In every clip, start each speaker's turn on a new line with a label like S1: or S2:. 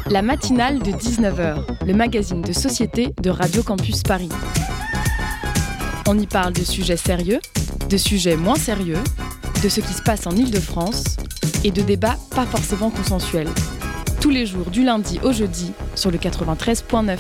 S1: La matinale de 19h, le magazine de société de Radio Campus Paris. On y parle de sujets sérieux, de sujets moins sérieux, de ce qui se passe en Île-de-France et de débats pas forcément consensuels. Tous les jours du lundi au jeudi sur le 93.9.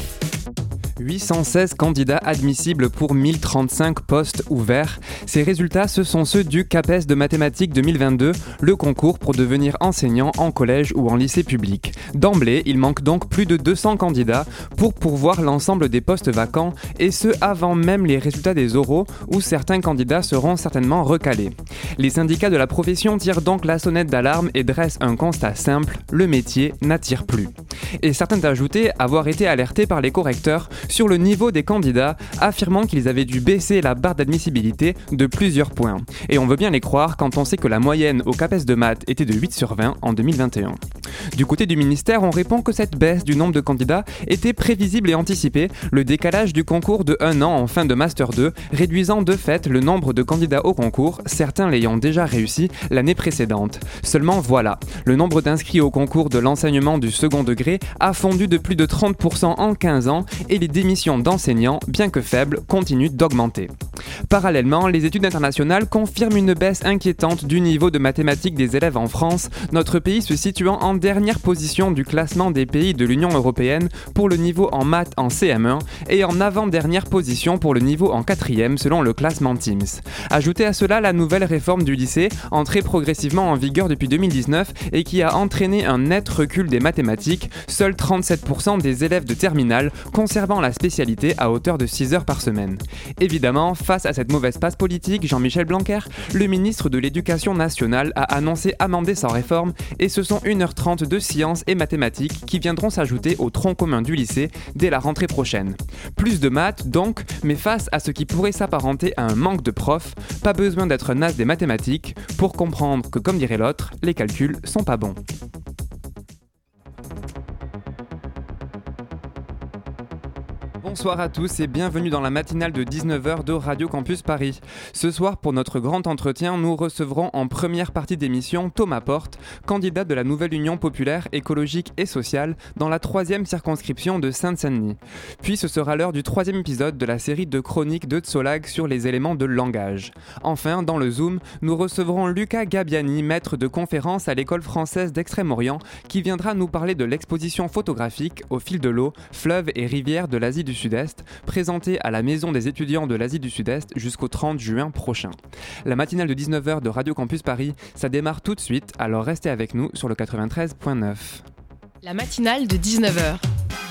S2: 816 candidats admissibles pour 1035 postes ouverts. Ces résultats, ce sont ceux du CAPES de mathématiques 2022, le concours pour devenir enseignant en collège ou en lycée public. D'emblée, il manque donc plus de 200 candidats pour pourvoir l'ensemble des postes vacants, et ce avant même les résultats des oraux, où certains candidats seront certainement recalés. Les syndicats de la profession tirent donc la sonnette d'alarme et dressent un constat simple: le métier n'attire plus. Et certains ajoutent avoir été alertés par les correcteurs sur le niveau des candidats, affirmant qu'ils avaient dû baisser la barre d'admissibilité de plusieurs points. Et on veut bien les croire quand on sait que la moyenne au CAPES de maths était de 8 sur 20 en 2021. Du côté du ministère, on répond que cette baisse du nombre de candidats était prévisible et anticipée, le décalage du concours de 1 an en fin de Master 2, réduisant de fait le nombre de candidats au concours, certains l'ayant déjà réussi l'année précédente. Seulement voilà, le nombre d'inscrits au concours de l'enseignement du second degré a fondu de plus de 30% en 15 ans et les démissions d'enseignants, bien que faibles, continuent d'augmenter. Parallèlement, les études internationales confirment une baisse inquiétante du niveau de mathématiques des élèves en France, notre pays se situant en dernière position du classement des pays de l'Union européenne pour le niveau en maths en CM1 et en avant-dernière position pour le niveau en 4e selon le classement Teams. Ajoutez à cela la nouvelle réforme du lycée, entrée progressivement en vigueur depuis 2019 et qui a entraîné un net recul des mathématiques, seuls 37% des élèves de terminale conservant la spécialité à hauteur de 6 heures par semaine. Évidemment, face à cette mauvaise passe politique, Jean-Michel Blanquer, le ministre de l'Éducation nationale, a annoncé amender sa réforme et ce sont 1h30 de sciences et mathématiques qui viendront s'ajouter au tronc commun du lycée dès la rentrée prochaine. Plus de maths donc, mais face à ce qui pourrait s'apparenter à un manque de profs, pas besoin d'être naze des mathématiques pour comprendre que, comme dirait l'autre, les calculs sont pas bons. Bonsoir à tous et bienvenue dans la matinale de 19h de Radio Campus Paris. Ce soir, pour notre grand entretien, nous recevrons en première partie d'émission Thomas Porte, candidat de la nouvelle Union populaire, écologique et sociale dans la 3e circonscription de Seine-Saint-Denis. Puis ce sera l'heure du 3e épisode de la série de chroniques de Tsolag sur les éléments de langage. Enfin, dans le Zoom, nous recevrons Luca Gabbiani, maître de conférence à l'École française d'Extrême-Orient, qui viendra nous parler de l'exposition photographique Au fil de l'eau, fleuves et rivières de l'Asie du Sud-Est, présentée à la Maison des étudiants de l'Asie du Sud-Est jusqu'au 30 juin prochain. La matinale de 19h de Radio Campus Paris, ça démarre tout de suite, alors restez avec nous sur le 93.9.
S1: La matinale de 19h.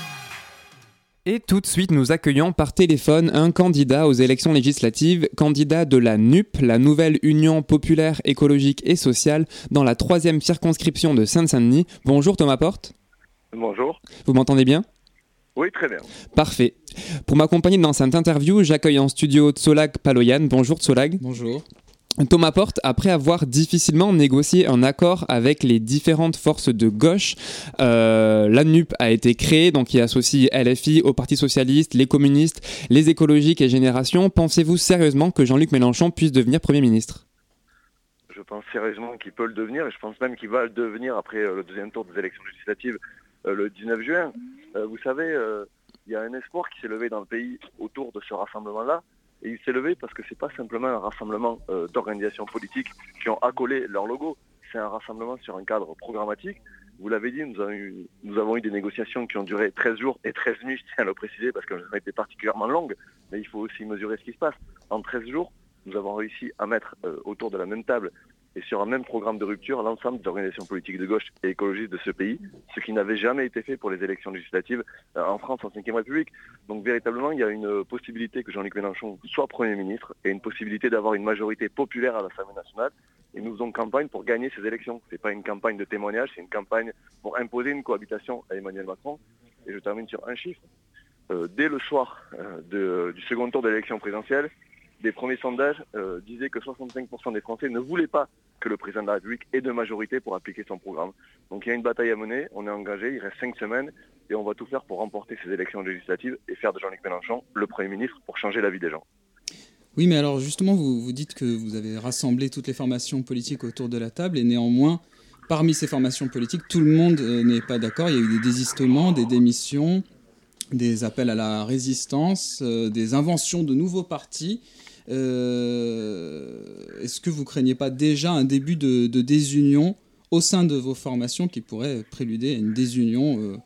S2: Et tout de suite, nous accueillons par téléphone un candidat aux élections législatives, candidat de la NUP, la nouvelle Union populaire, écologique et sociale, dans la 3e circonscription de Seine-Saint-Denis. Bonjour Thomas Porte.
S3: Bonjour.
S2: Vous m'entendez bien ?
S3: Oui, très bien.
S2: Parfait. Pour m'accompagner dans cette interview, j'accueille en studio Tsolag Paloyan. Bonjour Tsolag.
S4: Bonjour.
S2: Thomas Porte, après avoir difficilement négocié un accord avec les différentes forces de gauche, la NUP a été créée, donc qui associe LFI au Parti Socialiste, les communistes, les écologiques et Génération. Pensez-vous sérieusement que Jean-Luc Mélenchon puisse devenir Premier ministre ?
S3: Je pense sérieusement qu'il peut le devenir et je pense même qu'il va le devenir après le deuxième tour des élections législatives le 19 juin. Vous savez, il y a un espoir qui s'est levé dans le pays autour de ce rassemblement-là. Et il s'est levé parce que c'est pas simplement un rassemblement d'organisations politiques qui ont accolé leur logo. C'est un rassemblement sur un cadre programmatique. Vous l'avez dit, nous avons eu des négociations qui ont duré 13 jours et 13 nuits, je tiens à le préciser, parce qu'elles ont été particulièrement longues. Mais il faut aussi mesurer ce qui se passe. En 13 jours, nous avons réussi à mettre autour de la même table et sur un même programme de rupture l'ensemble des organisations politiques de gauche et écologistes de ce pays, ce qui n'avait jamais été fait pour les élections législatives en France en 5e République. Donc véritablement, il y a une possibilité que Jean-Luc Mélenchon soit Premier ministre et une possibilité d'avoir une majorité populaire à l'Assemblée nationale. Et nous faisons campagne pour gagner ces élections. Ce n'est pas une campagne de témoignage, c'est une campagne pour imposer une cohabitation à Emmanuel Macron. Et je termine sur un chiffre. Dès le soir du second tour de l'élection présidentielle, des premiers sondages disaient que 65% des Français ne voulaient pas que le président de la République ait de majorité pour appliquer son programme. Donc il y a une bataille à mener, on est engagé, il reste 5 semaines et on va tout faire pour remporter ces élections législatives et faire de Jean-Luc Mélenchon le Premier ministre pour changer la vie des gens.
S4: Oui, mais alors justement, vous dites que vous avez rassemblé toutes les formations politiques autour de la table et néanmoins, parmi ces formations politiques, tout le monde n'est pas d'accord. Il y a eu des désistements, des démissions, des appels à la résistance, des inventions de nouveaux partis. Est-ce que vous craignez pas déjà un début de désunion au sein de vos formations qui pourrait préluder à une désunion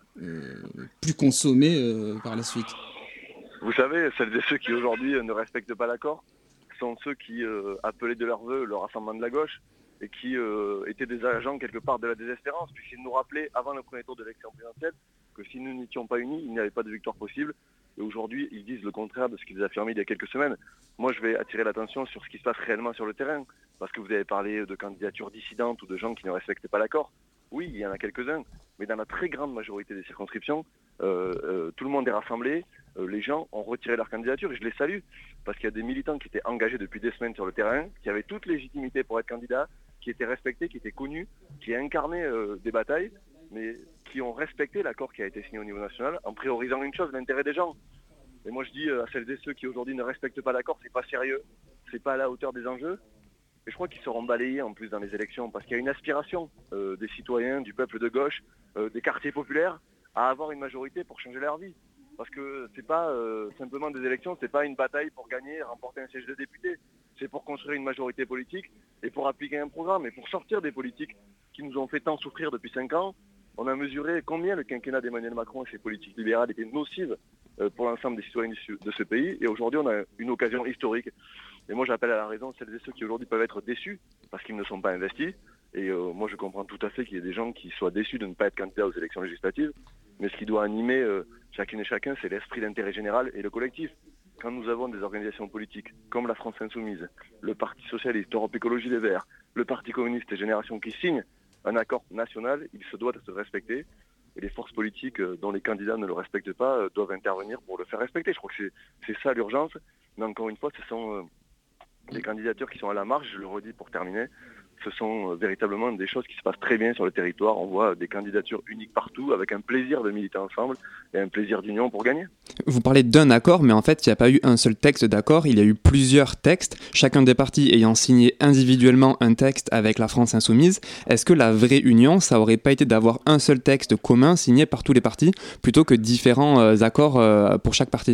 S4: plus consommée par la suite?
S3: Vous savez, celles et ceux qui aujourd'hui ne respectent pas l'accord sont ceux qui appelaient de leur vœu le rassemblement de la gauche et qui étaient des agents quelque part de la désespérance, puisqu'ils nous rappelaient avant le premier tour de l'élection présidentielle que si nous n'étions pas unis, il n'y avait pas de victoire possible. Et aujourd'hui, ils disent le contraire de ce qu'ils affirmaient il y a quelques semaines. Moi, je vais attirer l'attention sur ce qui se passe réellement sur le terrain, parce que vous avez parlé de candidatures dissidentes ou de gens qui ne respectent pas l'accord. Oui, il y en a quelques-uns, mais dans la très grande majorité des circonscriptions, tout le monde est rassemblé, les gens ont retiré leur candidature et je les salue, parce qu'il y a des militants qui étaient engagés depuis des semaines sur le terrain, qui avaient toute légitimité pour être candidats, qui étaient respectés, qui étaient connus, qui incarnaient des batailles, mais qui ont respecté l'accord qui a été signé au niveau national en priorisant une chose, l'intérêt des gens. Et moi je dis à celles et ceux qui aujourd'hui ne respectent pas l'accord, c'est pas sérieux, c'est pas à la hauteur des enjeux. Et je crois qu'ils seront balayés en plus dans les élections, parce qu'il y a une aspiration des citoyens, du peuple de gauche, des quartiers populaires, à avoir une majorité pour changer leur vie. Parce que c'est pas simplement des élections, c'est pas une bataille pour gagner, remporter un siège de député. C'est pour construire une majorité politique et pour appliquer un programme et pour sortir des politiques qui nous ont fait tant souffrir depuis 5 ans. On a mesuré combien le quinquennat d'Emmanuel Macron et ses politiques libérales étaient nocives pour l'ensemble des citoyens de ce pays. Et aujourd'hui, on a une occasion historique. Et moi, j'appelle à la raison celles et ceux qui aujourd'hui peuvent être déçus parce qu'ils ne sont pas investis. Et moi, je comprends tout à fait qu'il y ait des gens qui soient déçus de ne pas être candidats aux élections législatives. Mais ce qui doit animer chacune et chacun, c'est l'esprit d'intérêt général et le collectif. Quand nous avons des organisations politiques comme la France Insoumise, le Parti Socialiste, Europe Écologie Les Verts, le Parti Communiste et Génération qui signent un accord national, il se doit de se respecter. Et les forces politiques dont les candidats ne le respectent pas doivent intervenir pour le faire respecter. Je crois que c'est ça l'urgence. Mais encore une fois, ce sont les candidatures qui sont à la marge, je le redis pour terminer. Ce sont véritablement des choses qui se passent très bien sur le territoire. On voit des candidatures uniques partout, avec un plaisir de militer ensemble et un plaisir d'union pour gagner.
S2: Vous parlez d'un accord, mais en fait, il n'y a pas eu un seul texte d'accord, il y a eu plusieurs textes, chacun des partis ayant signé individuellement un texte avec la France Insoumise. Est-ce que la vraie union, ça aurait pas été d'avoir un seul texte commun signé par tous les partis, plutôt que différents accords pour chaque parti ?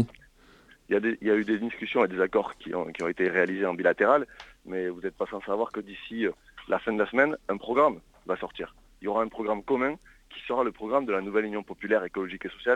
S3: Il y a eu des discussions et des accords qui ont été réalisés en bilatéral, mais vous n'êtes pas sans savoir que d'ici la fin de la semaine, un programme va sortir. Il y aura un programme commun qui sera le programme de la nouvelle Union populaire écologique et sociale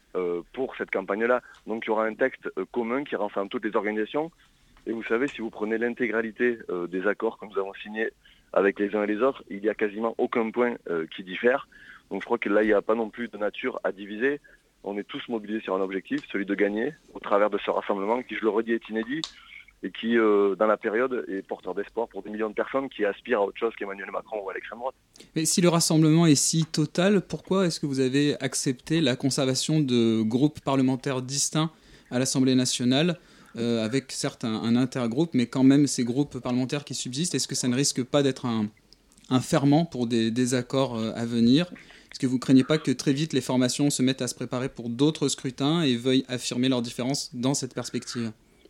S3: pour cette campagne-là. Donc il y aura un texte commun qui rassemble toutes les organisations. Et vous savez, si vous prenez l'intégralité des accords que nous avons signés avec les uns et les autres, il n'y a quasiment aucun point qui diffère. Donc je crois que là, il n'y a pas non plus de nature à diviser. On est tous mobilisés sur un objectif, celui de gagner, au travers de ce rassemblement qui, je le redis, est inédit et qui, dans la période, est porteur d'espoir pour des millions de personnes qui aspirent à autre chose qu'Emmanuel Macron ou à l'extrême droite.
S4: Mais si le rassemblement est si total, pourquoi est-ce que vous avez accepté la conservation de groupes parlementaires distincts à l'Assemblée nationale, avec certes un intergroupe, mais quand même ces groupes parlementaires qui subsistent? Est-ce que ça ne risque pas d'être un ferment pour des désaccords à venir? Est-ce que vous ne craignez pas que très vite les formations se mettent à se préparer pour d'autres scrutins et veuillent affirmer leurs différences dans cette perspective?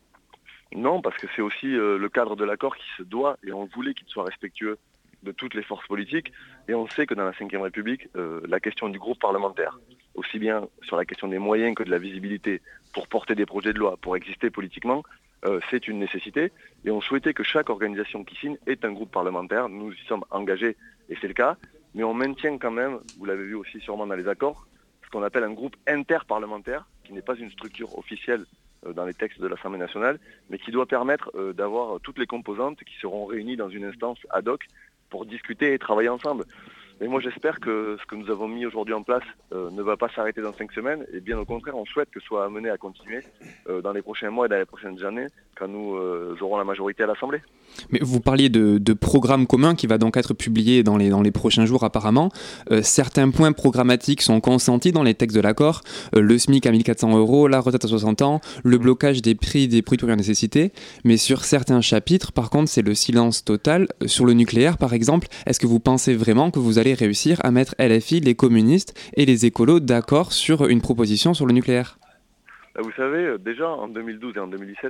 S3: Non, parce que c'est aussi le cadre de l'accord qui se doit, et on voulait qu'il soit respectueux de toutes les forces politiques. Et on sait que dans la Ve République, la question du groupe parlementaire, aussi bien sur la question des moyens que de la visibilité pour porter des projets de loi, pour exister politiquement, c'est une nécessité. Et on souhaitait que chaque organisation qui signe ait un groupe parlementaire. Nous y sommes engagés, et c'est le cas. Mais on maintient quand même, vous l'avez vu aussi sûrement dans les accords, ce qu'on appelle un groupe interparlementaire, qui n'est pas une structure officielle dans les textes de l'Assemblée nationale, mais qui doit permettre d'avoir toutes les composantes qui seront réunies dans une instance ad hoc pour discuter et travailler ensemble. Et moi j'espère que ce que nous avons mis aujourd'hui en place ne va pas s'arrêter dans 5 semaines, et bien au contraire on souhaite que ce soit amené à continuer dans les prochains mois et dans les prochaines années, quand nous aurons la majorité à l'Assemblée.
S2: Mais vous parliez de programme commun qui va donc être publié dans les prochains jours apparemment. Certains points programmatiques sont consentis dans les textes de l'accord. Le SMIC à 1 400 €, la retraite à 60 ans, le blocage des prix des produits de première nécessité. Mais sur certains chapitres, par contre, c'est le silence total. Sur le nucléaire, par exemple, est-ce que vous pensez vraiment que vous allez réussir à mettre LFI, les communistes et les écolos d'accord sur une proposition sur le nucléaire?
S3: Vous savez, déjà en 2012 et en 2017,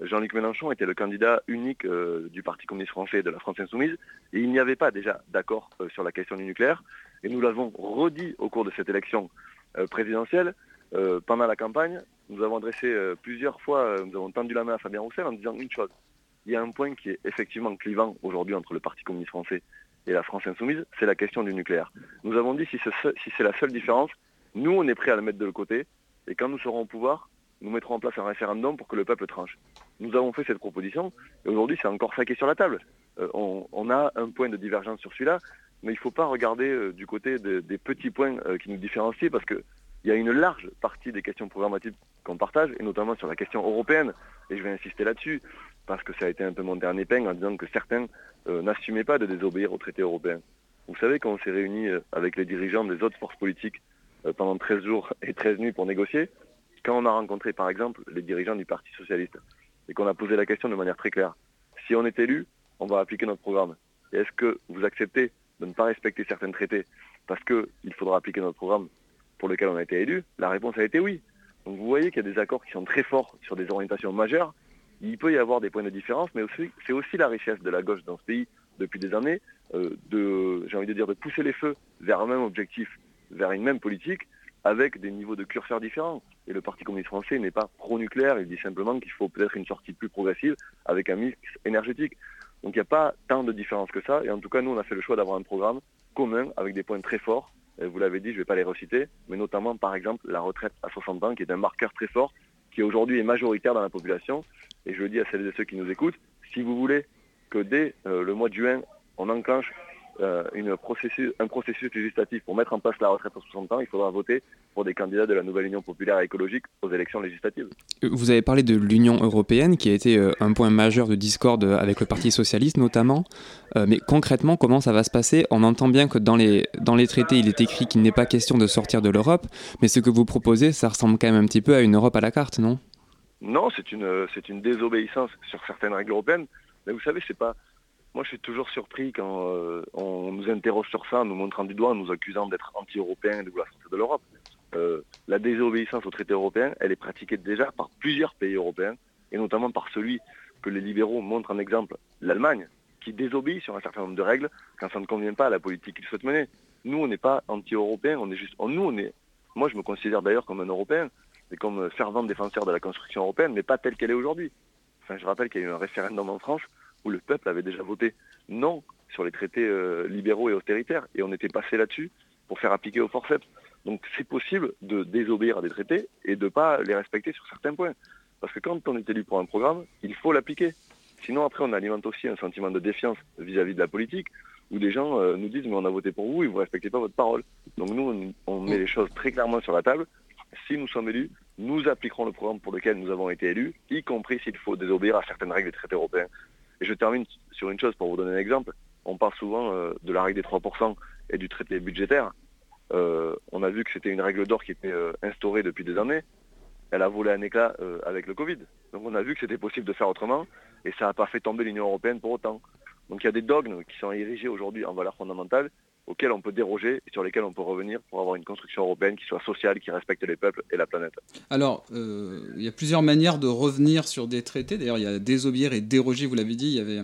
S3: Jean-Luc Mélenchon était le candidat unique du Parti communiste français et de la France insoumise, et il n'y avait pas déjà d'accord sur la question du nucléaire. Et nous l'avons redit au cours de cette élection présidentielle, pendant la campagne. Nous avons adressé plusieurs fois, nous avons tendu la main à Fabien Roussel en disant une chose. Il y a un point qui est effectivement clivant aujourd'hui entre le Parti communiste français et la France insoumise, c'est la question du nucléaire. Nous avons dit si c'est la seule différence, nous on est prêts à le mettre de côté, et quand nous serons au pouvoir, nous mettrons en place un référendum pour que le peuple tranche. Nous avons fait cette proposition, et aujourd'hui c'est encore ça qui est sur la table. On a un point de divergence sur celui-là, mais il ne faut pas regarder du côté des petits points qui nous différencient, parce qu'il y a une large partie des questions programmatiques qu'on partage, et notamment sur la question européenne, et je vais insister là-dessus, parce que ça a été un peu mon dernier épingle en disant que certains n'assumaient pas de désobéir au traité européen. Vous savez, quand on s'est réunis avec les dirigeants des autres forces politiques pendant 13 jours et 13 nuits pour négocier, quand on a rencontré par exemple les dirigeants du Parti socialiste, et qu'on a posé la question de manière très claire, si on est élu, on va appliquer notre programme. Et est-ce que vous acceptez de ne pas respecter certains traités parce qu'il faudra appliquer notre programme pour lequel on a été élu? La réponse a été oui. Donc vous voyez qu'il y a des accords qui sont très forts sur des orientations majeures. Il peut y avoir des points de différence, mais c'est aussi la richesse de la gauche dans ce pays depuis des années, de pousser les feux vers un même objectif, vers une même politique, avec des niveaux de curseur différents. Et le Parti communiste français n'est pas pro-nucléaire, il dit simplement qu'il faut peut-être une sortie plus progressive avec un mix énergétique. Donc il n'y a pas tant de différence que ça, et en tout cas nous on a fait le choix d'avoir un programme commun avec des points très forts. Et vous l'avez dit, je ne vais pas les reciter, mais notamment par exemple la retraite à 60 ans qui est un marqueur très fort, qui aujourd'hui est majoritaire dans la population. Et je le dis à celles et ceux qui nous écoutent, si vous voulez que dès le mois de juin, on enclenche un processus législatif pour mettre en place la retraite à 60 ans, il faudra voter pour des candidats de la nouvelle Union populaire et écologique aux élections législatives.
S2: Vous avez parlé de l'Union européenne qui a été un point majeur de discorde avec le Parti socialiste notamment, mais concrètement comment ça va se passer? On entend bien que dans les traités il est écrit qu'il n'est pas question de sortir de l'Europe, mais ce que vous proposez ça ressemble quand même un petit peu à une Europe à la carte, non?
S3: Non, c'est une désobéissance sur certaines règles européennes, mais vous savez, c'est pas... Moi, je suis toujours surpris quand on nous interroge sur ça, en nous montrant du doigt, en nous accusant d'être anti-européens et de vouloir sortir de l'Europe. La désobéissance au traité européen, elle est pratiquée déjà par plusieurs pays européens, et notamment par celui que les libéraux montrent en exemple, l'Allemagne, qui désobéit sur un certain nombre de règles quand ça ne convient pas à la politique qu'ils souhaitent mener. Nous, on n'est pas anti-européens, on est juste... Moi, je me considère d'ailleurs comme un Européen, et comme fervent défenseur de la construction européenne, mais pas telle qu'elle est aujourd'hui. Enfin, je rappelle qu'il y a eu un référendum en France où le peuple avait déjà voté non sur les traités libéraux et austéritaires, et on était passé là-dessus pour faire appliquer au forceps. Donc c'est possible de désobéir à des traités et de ne pas les respecter sur certains points. Parce que quand on est élu pour un programme, il faut l'appliquer. Sinon après on alimente aussi un sentiment de défiance vis-à-vis de la politique, où des gens nous disent mais on a voté pour vous et vous ne respectez pas votre parole. Donc nous on met les choses très clairement sur la table. Si nous sommes élus, nous appliquerons le programme pour lequel nous avons été élus, y compris s'il faut désobéir à certaines règles des traités européens. Et je termine sur une chose pour vous donner un exemple. On parle souvent de la règle des 3% et du traité budgétaire. On a vu que c'était une règle d'or qui était instaurée depuis des années. Elle a volé un éclat avec le Covid. Donc on a vu que c'était possible de faire autrement et ça n'a pas fait tomber l'Union européenne pour autant. Donc il y a des dogmes qui sont érigés aujourd'hui en valeurs fondamentales auxquels on peut déroger et sur lesquels on peut revenir pour avoir une construction européenne qui soit sociale, qui respecte les peuples et la planète.
S4: Alors, il y a plusieurs manières de revenir sur des traités. D'ailleurs, il y a désobéir et déroger, vous l'avez dit. Il y avait un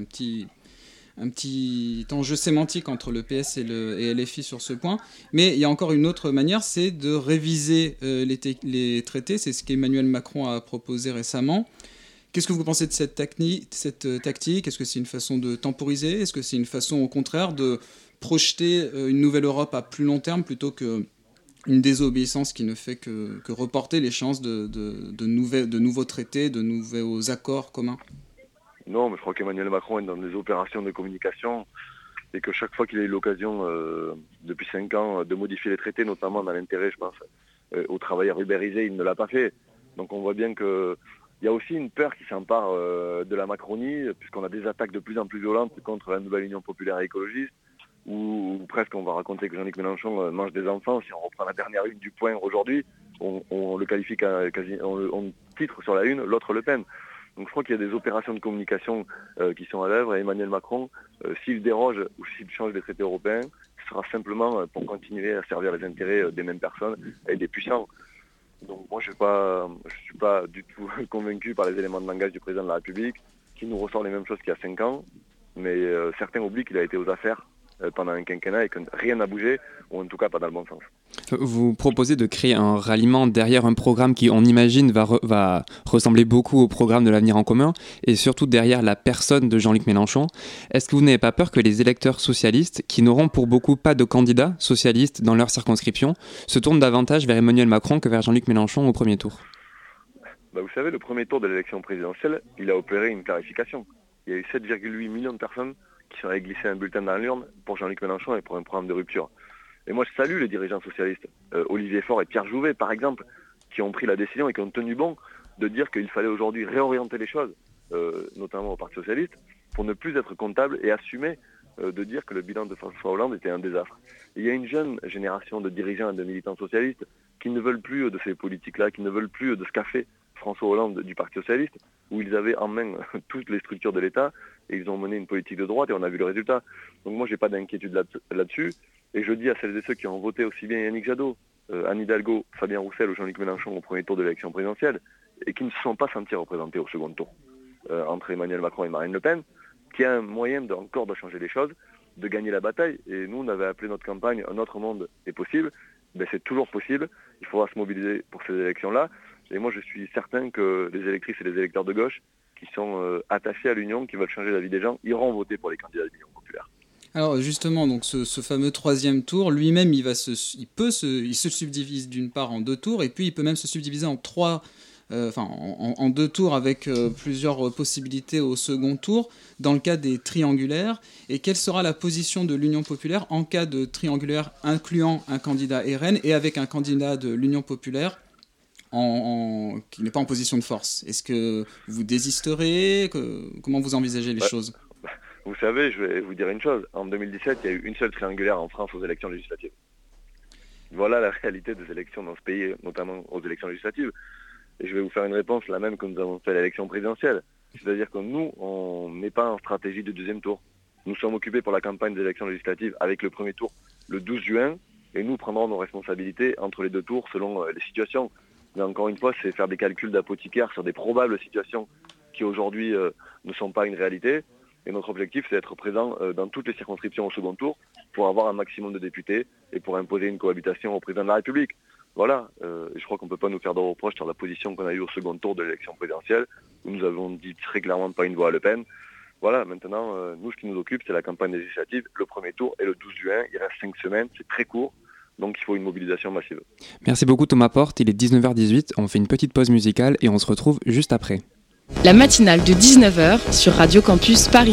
S4: petit enjeu sémantique entre le PS et LFI sur ce point. Mais il y a encore une autre manière, c'est de réviser les traités. C'est ce qu'Emmanuel Macron a proposé récemment. Qu'est-ce que vous pensez de cette tactique? Est-ce que c'est une façon de temporiser? Est-ce que c'est une façon, au contraire, de projeter une nouvelle Europe à plus long terme plutôt qu'une désobéissance qui ne fait que reporter l'échéance de nouveaux traités, de nouveaux accords communs?
S3: Non, mais je crois qu'Emmanuel Macron est dans des opérations de communication et que chaque fois qu'il a eu l'occasion, depuis 5 ans, de modifier les traités, notamment dans l'intérêt, je pense, aux travailleurs ubérisés, il ne l'a pas fait. Donc on voit bien qu'il y a aussi une peur qui s'empare de la Macronie, puisqu'on a des attaques de plus en plus violentes contre la nouvelle Union populaire et écologiste, où presque on va raconter que Jean-Luc Mélenchon mange des enfants. Si on reprend la dernière une du Point aujourd'hui, on le qualifie on titre sur la une, l'autre Le Pen. Donc je crois qu'il y a des opérations de communication qui sont à l'œuvre, et Emmanuel Macron, s'il déroge ou s'il change les traités européens, ce sera simplement pour continuer à servir les intérêts des mêmes personnes et des puissants. Donc moi je suis pas du tout convaincu par les éléments de langage du président de la République qui nous ressort les mêmes choses qu'il y a 5 ans, mais certains oublient qu'il a été aux affaires pendant un quinquennat et que rien n'a bougé, ou en tout cas pas dans le bon sens.
S2: Vous proposez de créer un ralliement derrière un programme qui, on imagine, va ressembler beaucoup au programme de l'Avenir en commun, et surtout derrière la personne de Jean-Luc Mélenchon. Est-ce que vous n'avez pas peur que les électeurs socialistes, qui n'auront pour beaucoup pas de candidats socialistes dans leur circonscription, se tournent davantage vers Emmanuel Macron que vers Jean-Luc Mélenchon au premier tour ?
S3: Vous savez, le premier tour de l'élection présidentielle, il a opéré une clarification. Il y a eu 7,8 millions de personnes qui seraient glissées un bulletin dans l'urne pour Jean-Luc Mélenchon et pour un programme de rupture. Et moi, je salue les dirigeants socialistes, Olivier Faure et Pierre Jouvet, par exemple, qui ont pris la décision et qui ont tenu bon de dire qu'il fallait aujourd'hui réorienter les choses, notamment au Parti socialiste, pour ne plus être comptable et assumer de dire que le bilan de François Hollande était un désastre. Et il y a une jeune génération de dirigeants et de militants socialistes qui ne veulent plus de ces politiques-là, qui ne veulent plus de ce qu'a fait François Hollande du Parti socialiste, où ils avaient en main toutes les structures de l'État et ils ont mené une politique de droite et on a vu le résultat. Donc moi, j'ai pas d'inquiétude là-dessus. Et je dis à celles et ceux qui ont voté aussi bien Yannick Jadot, Anne Hidalgo, Fabien Roussel ou Jean-Luc Mélenchon au premier tour de l'élection présidentielle et qui ne se sont pas sentis représentés au second tour entre Emmanuel Macron et Marine Le Pen, qu'il y a un moyen encore de changer les choses, de gagner la bataille. Et nous, on avait appelé notre campagne « Un autre monde est possible ». C'est toujours possible. Il faudra se mobiliser pour ces élections-là. Et moi, je suis certain que les électrices et les électeurs de gauche qui sont attachés à l'union, qui veulent changer la vie des gens, iront voter pour les candidats de l'Union populaire.
S4: Alors justement, donc ce fameux troisième tour, lui-même, il se subdivise d'une part en 2 tours, et puis il peut même se subdiviser en 2 tours avec plusieurs possibilités au second tour, dans le cas des triangulaires. Et quelle sera la position de l'Union populaire en cas de triangulaire incluant un candidat RN et avec un candidat de l'Union populaire qui n'est pas en position de force? Est-ce que vous désisterez? Comment vous envisagez les choses?
S3: Vous savez, je vais vous dire une chose. En 2017, il y a eu une seule triangulaire en France aux élections législatives. Voilà la réalité des élections dans ce pays, notamment aux élections législatives. Et je vais vous faire une réponse, la même que nous avons fait à l'élection présidentielle. C'est-à-dire que nous, on n'est pas en stratégie de deuxième tour. Nous sommes occupés pour la campagne des élections législatives avec le premier tour le 12 juin, et nous prendrons nos responsabilités entre les 2 tours selon les situations. Mais encore une fois, c'est faire des calculs d'apothicaire sur des probables situations qui aujourd'hui ne sont pas une réalité. Et notre objectif, c'est d'être présent dans toutes les circonscriptions au second tour pour avoir un maximum de députés et pour imposer une cohabitation au président de la République. Voilà, je crois qu'on ne peut pas nous faire de reproches sur la position qu'on a eue au second tour de l'élection présidentielle, où nous avons dit très clairement pas une voix à Le Pen. Voilà, maintenant, nous, ce qui nous occupe, c'est la campagne législative, le premier tour et le 12 juin. Il reste 5 semaines, c'est très court, donc il faut une mobilisation massive.
S2: Merci beaucoup Thomas Porte, il est 19h18, on fait une petite pause musicale et on se retrouve juste après.
S1: La matinale de 19h sur Radio Campus Paris.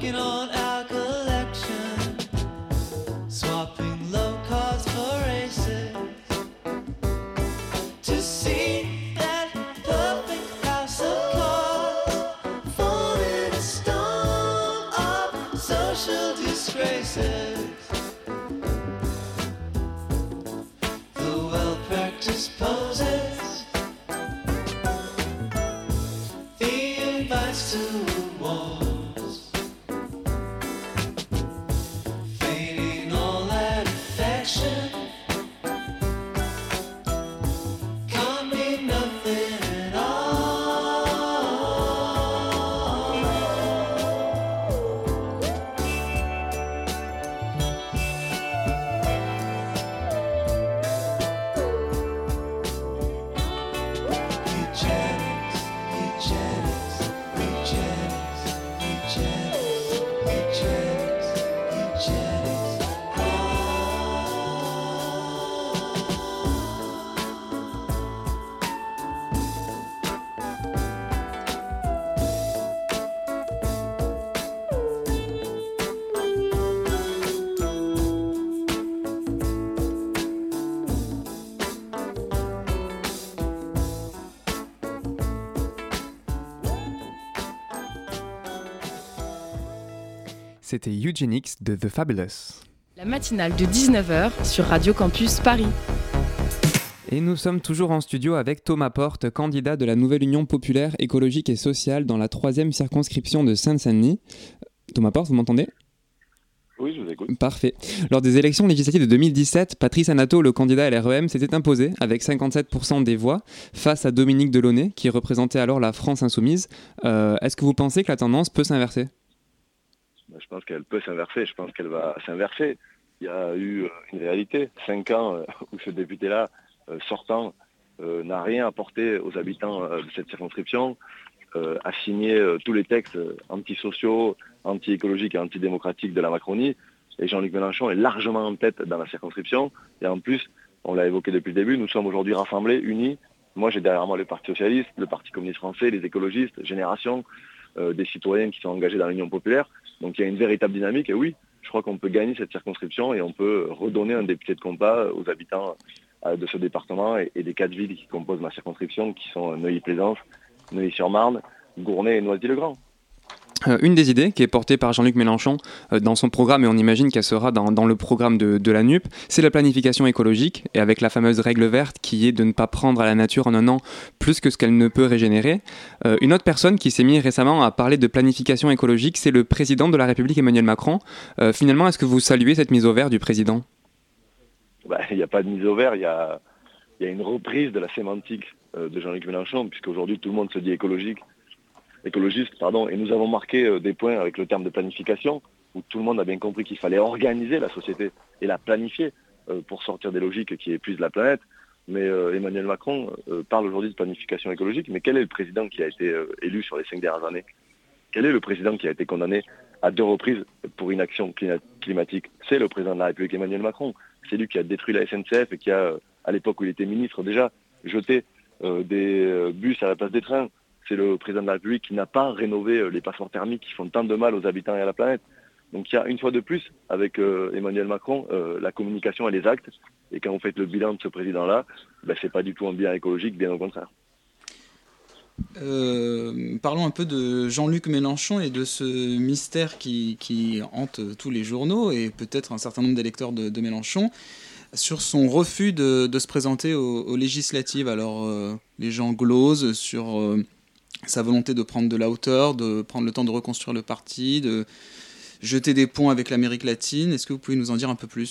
S5: working on our collection, swapping low cards for races, to see that perfect house of cards fall in a storm of social disgraces. The well-practiced poses, the invites to wars, fading all that affection, can't mean nothing at all. Eugenics, eugenics, eugenics, eugenics, eugenics, eugenics.
S2: C'était Eugenics de The Fabulous.
S1: La matinale de 19h sur Radio Campus Paris.
S2: Et nous sommes toujours en studio avec Thomas Porte, candidat de la Nouvelle Union Populaire, Écologique et Sociale dans la 3e circonscription de Seine-Saint-Denis. Thomas Porte, vous m'entendez ?
S3: Oui, je vous écoute.
S2: Parfait. Lors des élections législatives de 2017, Patrice Anato, le candidat LREM, s'était imposé avec 57% des voix face à Dominique Delaunay, qui représentait alors la France Insoumise. Est-ce que vous pensez que la tendance peut s'inverser ?
S3: Je pense qu'elle peut s'inverser, je pense qu'elle va s'inverser. Il y a eu une réalité, 5 ans où ce député-là, sortant, n'a rien apporté aux habitants de cette circonscription, a signé tous les textes antisociaux, anti-écologiques et antidémocratiques de la Macronie, et Jean-Luc Mélenchon est largement en tête dans la circonscription, et en plus, on l'a évoqué depuis le début, nous sommes aujourd'hui rassemblés, unis. Moi j'ai derrière moi le Parti Socialiste, le Parti Communiste Français, les écologistes, Génération, des citoyens qui sont engagés dans l'Union Populaire. Donc il y a une véritable dynamique et oui, je crois qu'on peut gagner cette circonscription et on peut redonner un député de compas aux habitants de ce département et des 4 villes qui composent ma circonscription, qui sont Neuilly-Plaisance, Neuilly-sur-Marne, Gournay et Noisy-le-Grand.
S2: Une des idées qui est portée par Jean-Luc Mélenchon dans son programme, et on imagine qu'elle sera dans le programme de la NUP, c'est la planification écologique, et avec la fameuse règle verte qui est de ne pas prendre à la nature en un an plus que ce qu'elle ne peut régénérer. Une autre personne qui s'est mise récemment à parler de planification écologique, c'est le président de la République, Emmanuel Macron. Finalement, est-ce que vous saluez cette mise au vert du président ?
S3: Il n'y a pas de mise au vert, il y a une reprise de la sémantique de Jean-Luc Mélenchon, puisqu'aujourd'hui tout le monde se dit écologiste, et nous avons marqué des points avec le terme de planification, où tout le monde a bien compris qu'il fallait organiser la société et la planifier pour sortir des logiques qui épuisent la planète. Mais Emmanuel Macron parle aujourd'hui de planification écologique, mais quel est le président qui a été élu sur les 5 dernières années ? Quel est le président qui a été condamné à 2 reprises pour inaction climatique ? C'est le président de la République, Emmanuel Macron. C'est lui qui a détruit la SNCF et qui a, à l'époque où il était ministre déjà, jeté des bus à la place des trains. C'est le président de la République qui n'a pas rénové les passoires thermiques qui font tant de mal aux habitants et à la planète. Donc il y a une fois de plus, avec Emmanuel Macron, la communication et les actes. Et quand vous faites le bilan de ce président-là, c'est pas du tout un bilan écologique, bien au contraire.
S4: Parlons un peu de Jean-Luc Mélenchon et de ce mystère qui hante tous les journaux et peut-être un certain nombre d'électeurs de Mélenchon sur son refus de se présenter aux législatives. Alors les gens glosent sur sa volonté de prendre de la hauteur, de prendre le temps de reconstruire le parti, de jeter des ponts avec l'Amérique latine. Est-ce que vous pouvez nous en dire un peu plus ?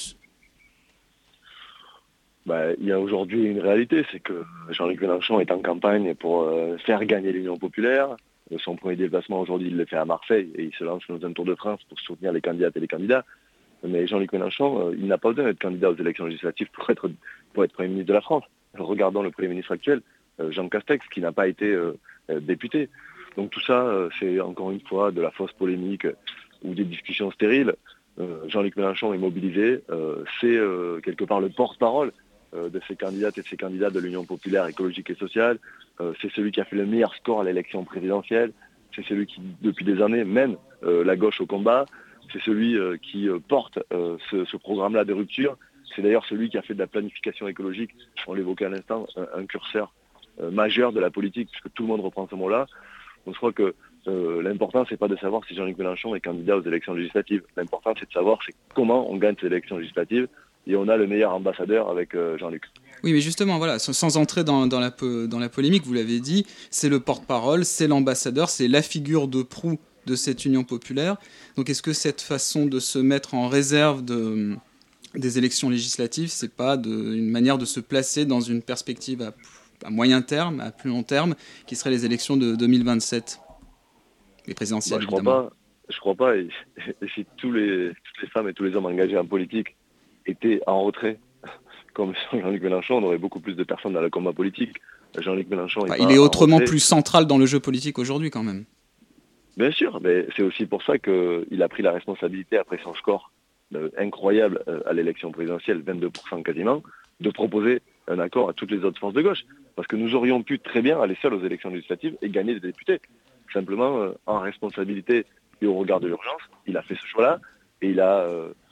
S3: Il y a aujourd'hui une réalité, c'est que Jean-Luc Mélenchon est en campagne pour faire gagner l'Union Populaire. Son premier déplacement aujourd'hui, il le fait à Marseille et il se lance dans un tour de France pour soutenir les candidates et les candidats. Mais Jean-Luc Mélenchon, il n'a pas besoin d'être candidat aux élections législatives pour être Premier ministre de la France. Regardons le Premier ministre actuel, Jean Castex, qui n'a pas été député. Donc tout ça, c'est encore une fois de la fausse polémique ou des discussions stériles. Jean-Luc Mélenchon est mobilisé, c'est quelque part le porte-parole de ces candidates et de ces candidats de l'Union Populaire Écologique et Sociale. C'est celui qui a fait le meilleur score à l'élection présidentielle. c'est celui qui, depuis des années, mène la gauche au combat. C'est celui qui porte ce programme-là de rupture. C'est d'ailleurs celui qui a fait de la planification écologique, on l'évoquait à l'instant, un curseur majeur de la politique, puisque tout le monde reprend ce mot-là. Donc je crois que l'important, c'est pas de savoir si Jean-Luc Mélenchon est candidat aux élections législatives. L'important, c'est de savoir comment on gagne ces élections législatives. Et on a le meilleur ambassadeur avec Jean-Luc.
S4: Oui, mais justement, voilà, sans entrer dans la polémique, vous l'avez dit, c'est le porte-parole, c'est l'ambassadeur, c'est la figure de proue de cette union populaire. Donc est-ce que cette façon de se mettre en réserve des élections législatives, c'est pas une manière de se placer dans une perspective à moyen terme, à plus long terme, qui serait les élections de 2027, les présidentielles, évidemment?
S3: Je crois pas. Et si toutes les femmes et tous les hommes engagés en politique étaient en retrait, comme Jean-Luc Mélenchon, on aurait beaucoup plus de personnes dans le combat politique. Jean-Luc Mélenchon
S4: il est autrement plus central dans le jeu politique aujourd'hui, quand même.
S3: Bien sûr, mais c'est aussi pour ça qu'il a pris la responsabilité, après son score incroyable à l'élection présidentielle, 22% quasiment, de proposer un accord à toutes les autres forces de gauche. Parce que nous aurions pu très bien aller seuls aux élections législatives et gagner des députés. Simplement, en responsabilité et au regard de l'urgence, il a fait ce choix-là et il a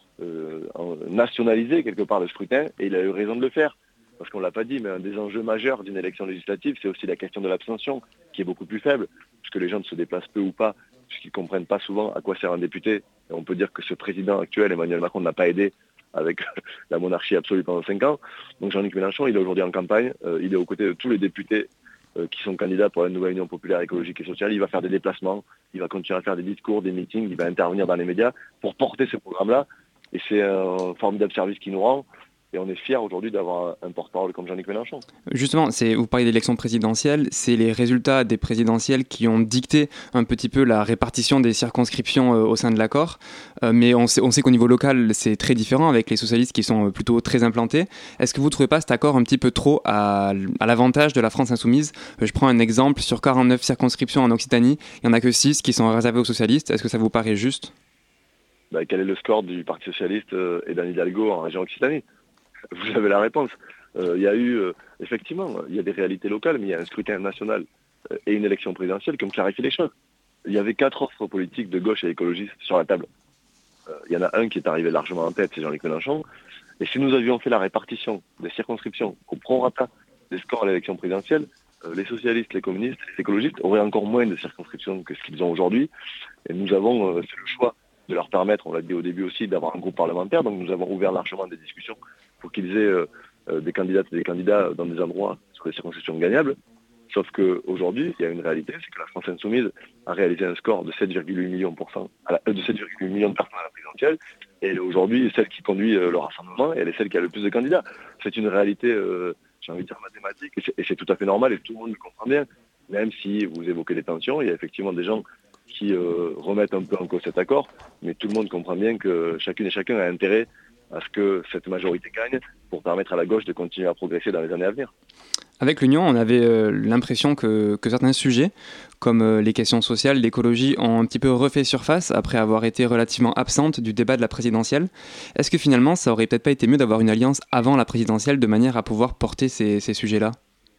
S3: nationalisé quelque part le scrutin et il a eu raison de le faire. Parce qu'on ne l'a pas dit, mais un des enjeux majeurs d'une élection législative, c'est aussi la question de l'abstention, qui est beaucoup plus faible, puisque les gens ne se déplacent peu ou pas, puisqu'ils ne comprennent pas souvent à quoi sert un député. Et on peut dire que ce président actuel, Emmanuel Macron, n'a pas aidé avec la monarchie absolue pendant 5 ans. Donc Jean-Luc Mélenchon, il est aujourd'hui en campagne, il est aux côtés de tous les députés qui sont candidats pour la nouvelle Union populaire écologique et sociale. Il va faire des déplacements, il va continuer à faire des discours, des meetings, il va intervenir dans les médias pour porter ce programme-là. Et c'est un formidable service qui nous rend. Et on est fiers aujourd'hui d'avoir un porte-parole comme Jean-Luc Mélenchon.
S2: Justement, vous parlez d'élections présidentielles, c'est les résultats des présidentielles qui ont dicté un petit peu la répartition des circonscriptions au sein de l'accord. Mais on sait qu'au niveau local, c'est très différent avec les socialistes qui sont plutôt très implantés. Est-ce que vous ne trouvez pas cet accord un petit peu trop à l'avantage de la France insoumise? Je prends un exemple, sur 49 circonscriptions en Occitanie, il n'y en a que 6 qui sont réservées aux socialistes. Est-ce que ça vous paraît juste?
S3: Quel est le score du Parti socialiste et d'Anne Hidalgo en région Occitanie? Vous avez la réponse. Il y a eu, effectivement, il y a des réalités locales, mais il y a un scrutin national et une élection présidentielle qui ont clarifié les choses. Il y avait 4 offres politiques de gauche et écologistes sur la table. Il y en a un qui est arrivé largement en tête, c'est Jean-Luc Mélenchon. Et si nous avions fait la répartition des circonscriptions au prorata des scores à l'élection présidentielle, les socialistes, les communistes, les écologistes auraient encore moins de circonscriptions que ce qu'ils ont aujourd'hui. Et nous avons fait le choix de leur permettre, on l'a dit au début aussi, d'avoir un groupe parlementaire. Donc nous avons ouvert largement des discussions pour qu'ils aient des candidates et des candidats dans des endroits sur les circonscriptions gagnables. Sauf qu'aujourd'hui, il y a une réalité, c'est que la France insoumise a réalisé un score de 7,8 millions de personnes à la présidentielle, et elle est aujourd'hui celle qui conduit le rassemblement, et elle est celle qui a le plus de candidats. C'est une réalité, j'ai envie de dire mathématique, et c'est tout à fait normal, et tout le monde le comprend bien. Même si vous évoquez les tensions, il y a effectivement des gens qui remettent un peu en cause cet accord, mais tout le monde comprend bien que chacune et chacun a intérêt à ce que cette majorité gagne pour permettre à la gauche de continuer à progresser dans les années à venir.
S2: Avec l'Union, on avait l'impression que certains sujets, comme les questions sociales, l'écologie, ont un petit peu refait surface après avoir été relativement absentes du débat de la présidentielle. Est-ce que finalement, ça aurait peut-être pas été mieux d'avoir une alliance avant la présidentielle de manière à pouvoir porter ces sujets-là ?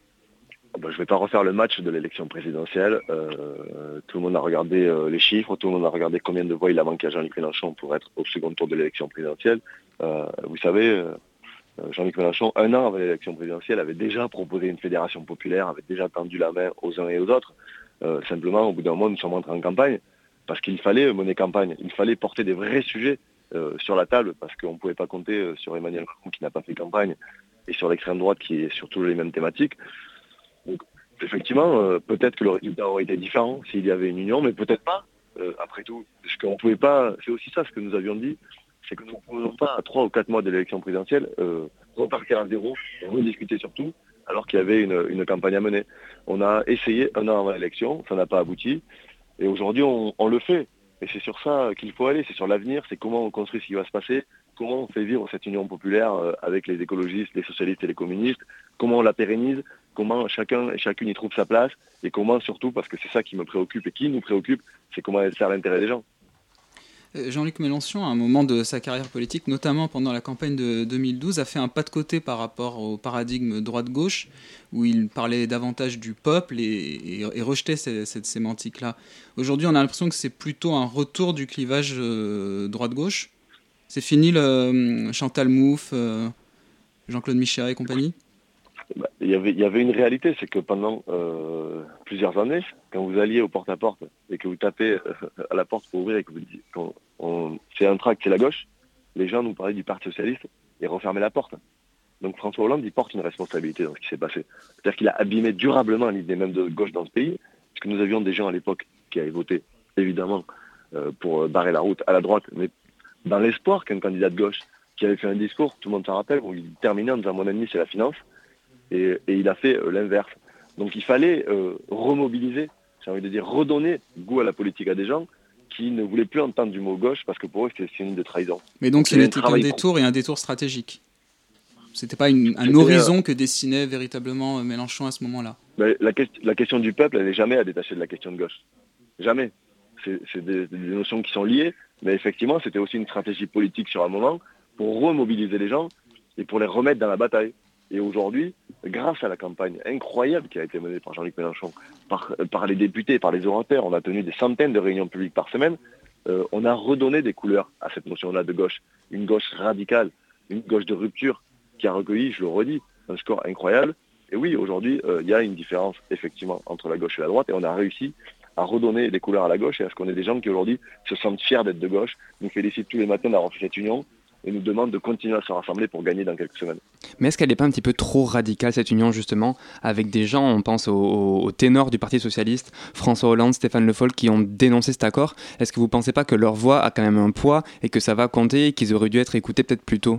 S3: Je ne vais pas refaire le match de l'élection présidentielle. Tout le monde a regardé les chiffres, tout le monde a regardé combien de voix il a manqué à Jean-Luc Mélenchon pour être au second tour de l'élection présidentielle. Vous savez, Jean-Luc Mélenchon, 1 an avant l'élection présidentielle, avait déjà proposé une fédération populaire, avait déjà tendu la main aux uns et aux autres. Simplement, au bout d'un moment, nous sommes entrés en campagne parce qu'il fallait mener campagne. Il fallait porter des vrais sujets sur la table parce qu'on ne pouvait pas compter sur Emmanuel Macron qui n'a pas fait campagne et sur l'extrême droite qui est sur toutes les mêmes thématiques. Donc, effectivement, peut-être que le résultat aurait été différent s'il y avait une union, mais peut-être pas, après tout. Parce qu'on pouvait pas, c'est aussi ça ce que nous avions dit, c'est que nous ne pouvons pas, à 3 ou 4 mois de l'élection présidentielle, repartir à zéro et rediscuter surtout, alors qu'il y avait une campagne à mener. On a essayé 1 an avant l'élection, ça n'a pas abouti, et aujourd'hui on le fait. Et c'est sur ça qu'il faut aller, c'est sur l'avenir, c'est comment on construit ce qui va se passer, comment on fait vivre cette union populaire avec les écologistes, les socialistes et les communistes, comment on la pérennise, comment chacun et chacune y trouve sa place, et comment surtout, parce que c'est ça qui me préoccupe et qui nous préoccupe, c'est comment elle sert l'intérêt des gens.
S4: Jean-Luc Mélenchon, à un moment de sa carrière politique, notamment pendant la campagne de 2012, a fait un pas de côté par rapport au paradigme droite-gauche, où il parlait davantage du peuple et rejetait cette sémantique-là. Aujourd'hui, on a l'impression que c'est plutôt un retour du clivage droite-gauche. C'est fini le Chantal Mouffe, Jean-Claude Michéret et compagnie ?
S3: Il y avait une réalité, c'est que pendant plusieurs années, quand vous alliez au porte-à-porte et que vous tapez à la porte pour ouvrir et que vous dites c'est un tract, c'est la gauche, les gens nous parlaient du Parti Socialiste et refermaient la porte. Donc François Hollande, il porte une responsabilité dans ce qui s'est passé. C'est-à-dire qu'il a abîmé durablement l'idée même de gauche dans ce pays, puisque nous avions des gens à l'époque qui avaient voté, évidemment, pour barrer la route à la droite, mais dans l'espoir qu'un candidat de gauche qui avait fait un discours, tout le monde s'en rappelle, où il terminait en disant « mon ennemi, c'est la finance », et il a fait l'inverse. Donc il fallait remobiliser, j'ai envie de dire redonner goût à la politique à des gens qui ne voulaient plus entendre du mot gauche parce que pour eux c'était signe de trahison.
S4: Mais donc ce n'était qu'un détour et un détour stratégique. C'était pas un horizon que dessinait véritablement Mélenchon à ce moment-là.
S3: La question du peuple, elle n'est jamais à détacher de la question de gauche. Jamais. C'est des notions qui sont liées, mais effectivement c'était aussi une stratégie politique sur un moment pour remobiliser les gens et pour les remettre dans la bataille. Et aujourd'hui, grâce à la campagne incroyable qui a été menée par Jean-Luc Mélenchon, par les députés, par les orateurs, on a tenu des centaines de réunions publiques par semaine, on a redonné des couleurs à cette notion-là de gauche. Une gauche radicale, une gauche de rupture qui a recueilli, je le redis, un score incroyable. Et oui, aujourd'hui, il y a une différence effectivement entre la gauche et la droite et on a réussi à redonner des couleurs à la gauche et à ce qu'on ait des gens qui aujourd'hui se sentent fiers d'être de gauche, nous félicitent tous les matins d'avoir fait cette union et nous demande de continuer à se rassembler pour gagner dans quelques semaines.
S2: Mais est-ce qu'elle n'est pas un petit peu trop radicale, cette union, justement, avec des gens, on pense aux ténors du Parti Socialiste, François Hollande, Stéphane Le Foll, qui ont dénoncé cet accord. Est-ce que vous ne pensez pas que leur voix a quand même un poids et que ça va compter et qu'ils auraient dû être écoutés peut-être plus tôt ?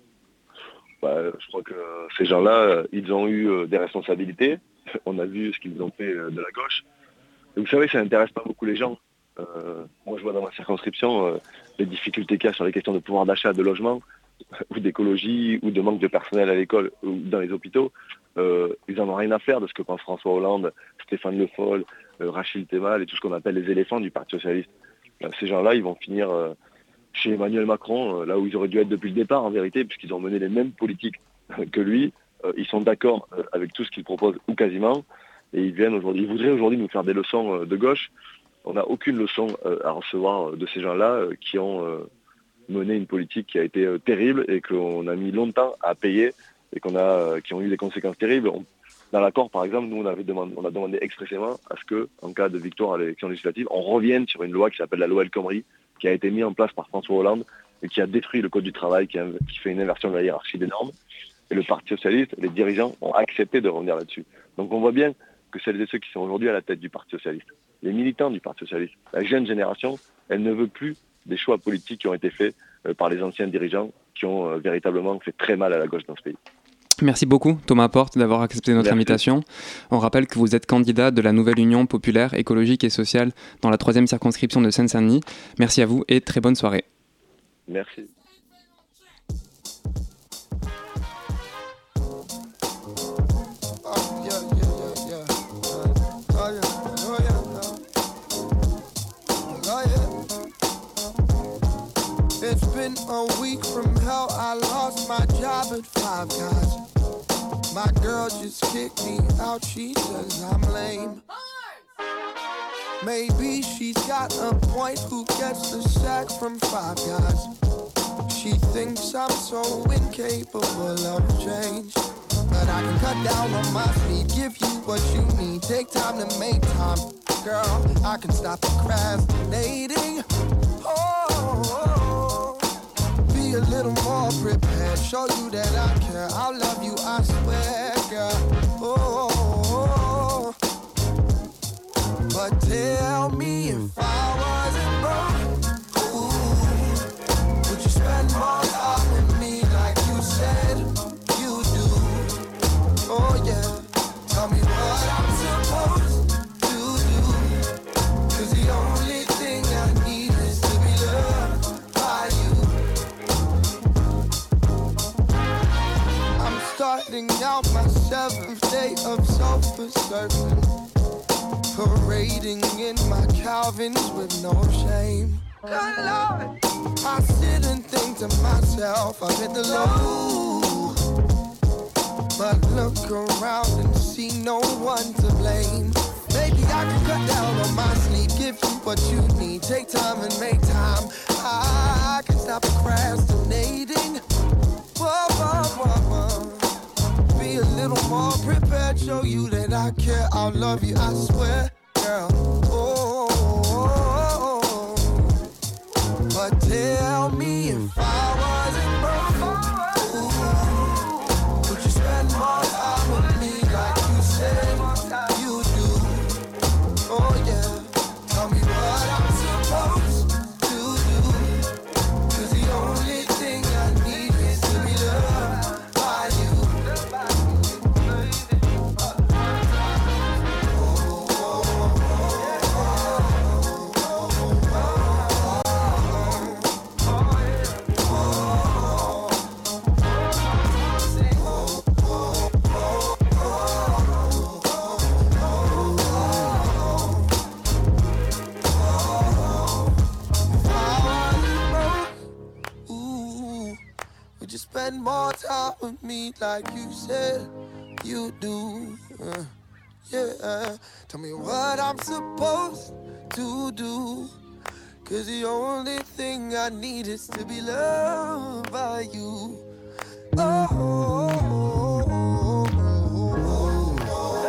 S3: Je crois que ces gens-là, ils ont eu des responsabilités. On a vu ce qu'ils ont fait de la gauche. Et vous savez, ça n'intéresse pas beaucoup les gens. Moi, je vois dans ma circonscription les difficultés qu'il y a sur les questions de pouvoir d'achat, de logement, ou d'écologie, ou de manque de personnel à l'école, ou dans les hôpitaux. Ils n'en ont rien à faire de ce que pensent François Hollande, Stéphane Le Foll, Rachid Temal et tout ce qu'on appelle les éléphants du Parti Socialiste. Ces gens-là, ils vont finir chez Emmanuel Macron, là où ils auraient dû être depuis le départ, en vérité, puisqu'ils ont mené les mêmes politiques que lui. Ils sont d'accord avec tout ce qu'il propose, ou quasiment, et ils voudraient aujourd'hui nous faire des leçons de gauche. On n'a aucune leçon à recevoir de ces gens-là qui ont mené une politique qui a été terrible et qu'on a mis longtemps à payer et qui ont eu des conséquences terribles. Dans l'accord, par exemple, nous, on a demandé expressément à ce que, en cas de victoire à l'élection législative, on revienne sur une loi qui s'appelle la loi El Khomri, qui a été mise en place par François Hollande et qui a détruit le code du travail, qui fait une inversion de la hiérarchie des normes. Et le Parti Socialiste, les dirigeants ont accepté de revenir là-dessus. Donc on voit bien que celles et ceux qui sont aujourd'hui à la tête du Parti Socialiste, les militants du Parti Socialiste, la jeune génération, elle ne veut plus des choix politiques qui ont été faits par les anciens dirigeants qui ont véritablement fait très mal à la gauche dans ce pays.
S2: Merci beaucoup Thomas Porte d'avoir accepté notre invitation. On rappelle que vous êtes candidat de la nouvelle Union populaire, écologique et sociale dans la 3e circonscription de Seine-Saint-Denis. Merci à vous et très bonne soirée.
S3: Merci.
S6: It's been a week from hell, I lost my job at Five Guys. My girl just kicked me out, she says I'm lame. Maybe she's got a point, who gets the sack from Five Guys? She thinks I'm so incapable of change. But I can cut down on my speed, give you what you need. Take time to make time, girl, I can stop procrastinating. Be a little more prepared, show you that I care. I'll love you, I swear, girl. But tell me, if I wasn't broke, ooh, would you spend more time with me like you said you do? Oh yeah, tell me what I'm supposed to do, 'cause the only thing I need is to be loved by you. I'm starting out my 7th day of sofa surfing, parading in my Calvins with no shame. Good Lord. I sit and think to myself, I'm in the low. But look around and see no one to blame. Maybe I can cut down on my sleep, give you what you need. Take time and make time. I can stop procrastinating. Whoa, whoa, whoa, whoa. Be a little more prepared, show you that I care. I'll love you, I swear, girl. Oh, oh, oh, oh. But tell me if I wasn't broke, ooh, would you spend more time with me like you said you do? Oh yeah, tell me what I'm supposed to do, 'cause the only thing I need is to be loved by you. Ooh, would you spend more time with me like you said you do? Yeah, tell me what I'm supposed to do, 'cause the only thing I need is to be loved by you. Oh, oh, oh, oh, oh,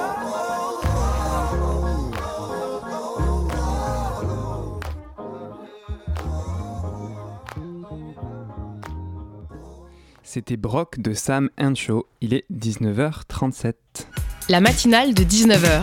S2: C'était Brock de Sam & Show. Il est 19h37.
S1: La matinale de 19h.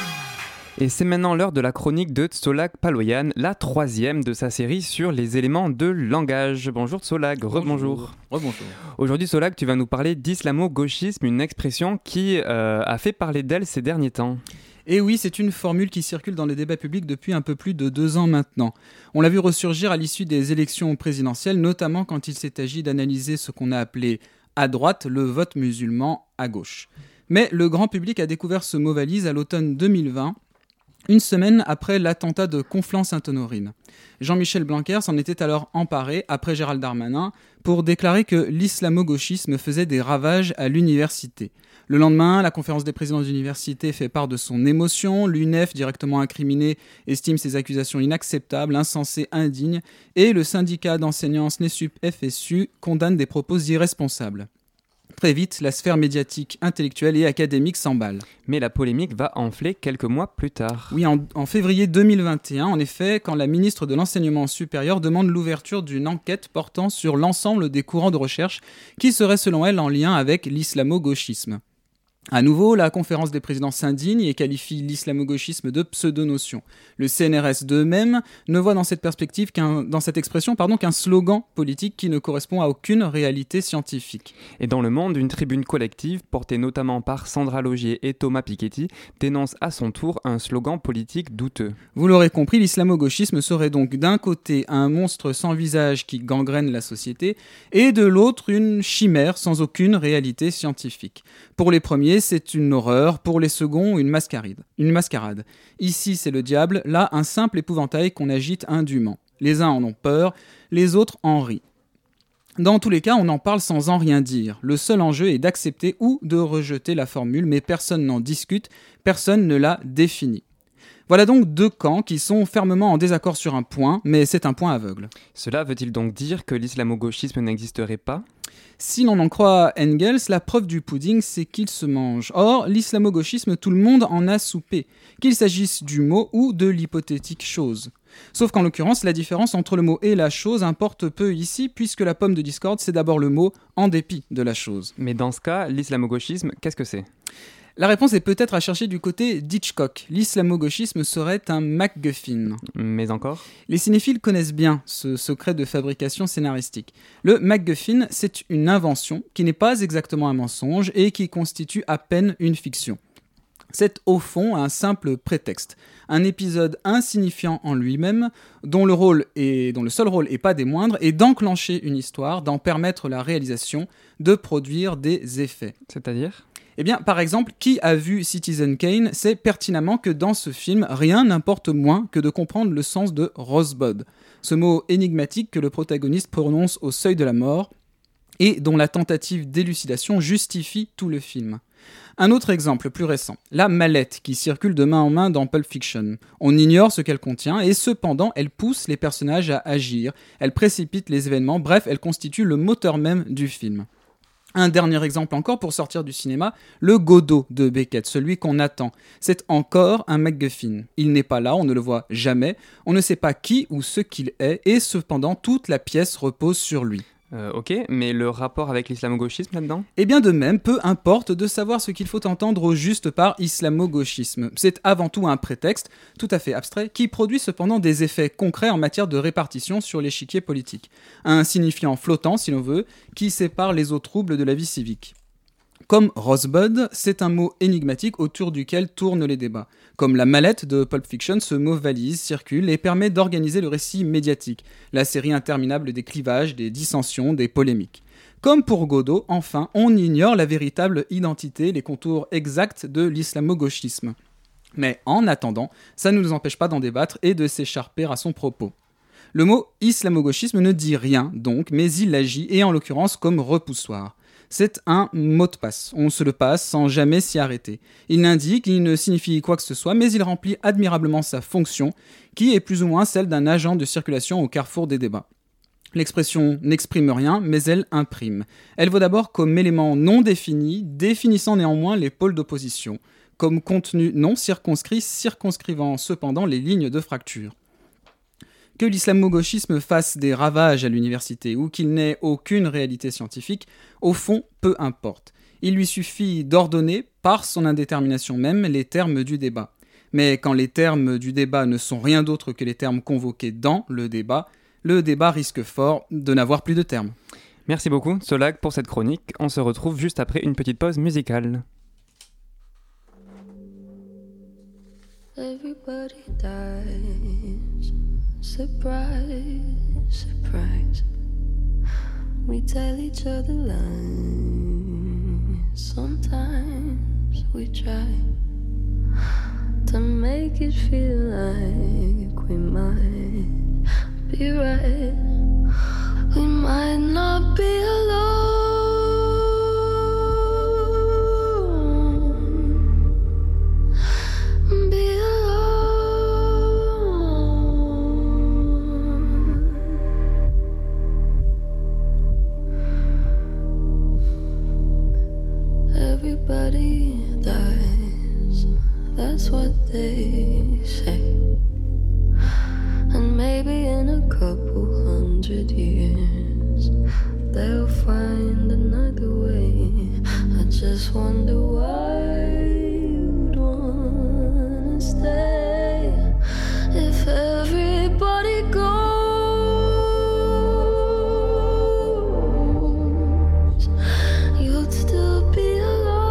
S2: Et c'est maintenant l'heure de la chronique de Tsolak Paloyan, la 3e de sa série sur les éléments de langage. Bonjour Tsolak, rebonjour.
S4: Rebonjour.
S2: Aujourd'hui Tsolak, tu vas nous parler d'islamo-gauchisme, une expression qui a fait parler d'elle ces derniers temps.
S4: Et oui, c'est une formule qui circule dans les débats publics depuis un peu plus de 2 ans maintenant. On l'a vu ressurgir à l'issue des élections présidentielles, notamment quand il s'est agi d'analyser ce qu'on a appelé à droite le vote musulman à gauche. Mais le grand public a découvert ce mot valise à l'automne 2020, une semaine après l'attentat de Conflans-Sainte-Honorine. Jean-Michel Blanquer s'en était alors emparé, après Gérald Darmanin, pour déclarer que l'islamo-gauchisme faisait des ravages à l'université. Le lendemain, la conférence des présidents d'université fait part de son émotion, l'UNEF, directement incriminé, estime ces accusations inacceptables, insensées, indignes, et le syndicat d'enseignants SNESUP-FSU condamne des propos irresponsables. Très vite, la sphère médiatique, intellectuelle et académique s'emballe.
S2: Mais la polémique va enfler quelques mois plus tard.
S4: Oui, en février 2021, en effet, quand la ministre de l'Enseignement supérieur demande l'ouverture d'une enquête portant sur l'ensemble des courants de recherche qui seraient selon elle en lien avec l'islamo-gauchisme. À nouveau, la conférence des présidents s'indigne et qualifie l'islamo-gauchisme de pseudo-notion. Le CNRS d'eux-mêmes ne voit dans cette perspective dans cette expression qu'un slogan politique qui ne correspond à aucune réalité scientifique.
S2: Et dans Le Monde, une tribune collective, portée notamment par Sandra Logier et Thomas Piketty, dénonce à son tour un slogan politique douteux.
S4: Vous l'aurez compris, l'islamo-gauchisme serait donc d'un côté un monstre sans visage qui gangrène la société, et de l'autre une chimère sans aucune réalité scientifique. Pour les premiers, c'est une horreur, pour les seconds, une mascarade. Ici, c'est le diable, là, un simple épouvantail qu'on agite indûment. Les uns en ont peur, les autres en rient. Dans tous les cas, on en parle sans en rien dire. Le seul enjeu est d'accepter ou de rejeter la formule, mais personne n'en discute, personne ne la définit. Voilà donc 2 camps qui sont fermement en désaccord sur un point, mais c'est un point aveugle.
S2: Cela veut-il donc dire que l'islamo-gauchisme n'existerait pas ?
S4: Si l'on en croit Engels, la preuve du pudding, c'est qu'il se mange. Or, l'islamo-gauchisme, tout le monde en a soupé, qu'il s'agisse du mot ou de l'hypothétique chose. Sauf qu'en l'occurrence, la différence entre le mot et la chose importe peu ici, puisque la pomme de discorde, c'est d'abord le mot en dépit de la chose.
S2: Mais dans ce cas, l'islamo-gauchisme, qu'est-ce que c'est ?
S4: La réponse est peut-être à chercher du côté d'Hitchcock. L'islamo-gauchisme serait un MacGuffin.
S2: Mais encore ?
S4: Les cinéphiles connaissent bien ce secret de fabrication scénaristique. Le MacGuffin, c'est une invention qui n'est pas exactement un mensonge et qui constitue à peine une fiction. C'est au fond un simple prétexte, un épisode insignifiant en lui-même, dont le seul rôle, et pas des moindres, est d'enclencher une histoire, d'en permettre la réalisation, de produire des effets.
S2: C'est-à-dire ?
S4: Eh bien, par exemple, qui a vu Citizen Kane sait pertinemment que dans ce film, rien n'importe moins que de comprendre le sens de Rosebud, ce mot énigmatique que le protagoniste prononce au seuil de la mort et dont la tentative d'élucidation justifie tout le film. Un autre exemple plus récent, la mallette qui circule de main en main dans Pulp Fiction. On ignore ce qu'elle contient et cependant elle pousse les personnages à agir, elle précipite les événements, bref, elle constitue le moteur même du film. Un dernier exemple encore pour sortir du cinéma, le Godot de Beckett, celui qu'on attend. C'est encore un MacGuffin. Il n'est pas là, on ne le voit jamais, on ne sait pas qui ou ce qu'il est, et cependant toute la pièce repose sur lui.
S2: Ok, mais le rapport avec l'islamo-gauchisme là-dedans ?
S4: Et bien de même, peu importe de savoir ce qu'il faut entendre au juste par islamo-gauchisme. C'est avant tout un prétexte, tout à fait abstrait, qui produit cependant des effets concrets en matière de répartition sur l'échiquier politique. Un signifiant flottant, si l'on veut, qui sépare les eaux troubles de la vie civique. Comme Rosebud, c'est un mot énigmatique autour duquel tournent les débats. Comme la mallette de Pulp Fiction, ce mot valise circule et permet d'organiser le récit médiatique, la série interminable des clivages, des dissensions, des polémiques. Comme pour Godot, enfin, on ignore la véritable identité, les contours exacts de l'islamo-gauchisme. Mais en attendant, ça ne nous empêche pas d'en débattre et de s'écharper à son propos. Le mot islamo-gauchisme ne dit rien, donc, mais il agit, et en l'occurrence comme repoussoir. C'est un mot de passe, on se le passe sans jamais s'y arrêter. Il n'indique, il ne signifie quoi que ce soit, mais il remplit admirablement sa fonction, qui est plus ou moins celle d'un agent de circulation au carrefour des débats. L'expression n'exprime rien, mais elle imprime. Elle vaut d'abord comme élément non défini, définissant néanmoins les pôles d'opposition, comme contenu non circonscrit, circonscrivant cependant les lignes de fracture. Que l'islamo-gauchisme fasse des ravages à l'université ou qu'il n'ait aucune réalité scientifique, au fond, peu importe. Il lui suffit d'ordonner, par son indétermination même, les termes du débat. Mais quand les termes du débat ne sont rien d'autre que les termes convoqués dans le débat risque fort de n'avoir plus de termes.
S2: Merci beaucoup, Solag, pour cette chronique. On se retrouve juste après une petite pause musicale.
S7: Everybody dies. Surprise, surprise. We tell each other lies. Sometimes we try to make it feel like we might be right. We might not be alone. Be everybody dies, that's what they say. And maybe in a couple 100 years they'll find another way. I just wonder why you'd wanna stay if everybody goes. You'd still be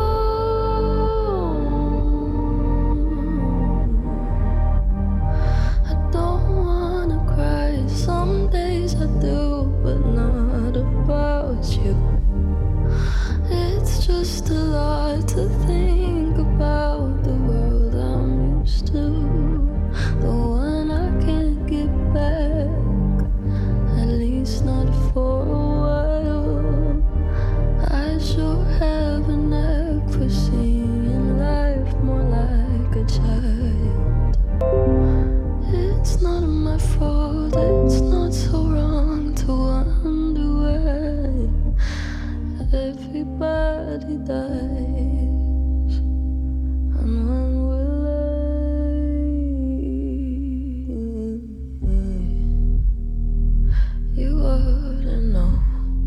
S7: just a lot to think about. The world I'm used to, the one I can't get back, at least not for a while. I sure have a knack for seeing life more like a child. It's not my fault, it's not so wrong to wonder why everybody dies, and when will I? You ought to know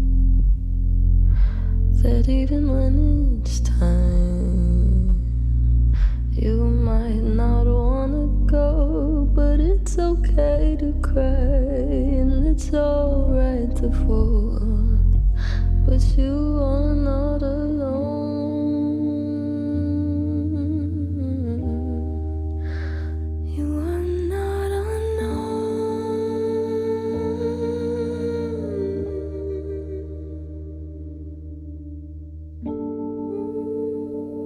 S7: that even when it's time, you might not wanna go, but it's okay to cry, and it's alright to fall. But you are not alone. You are not alone.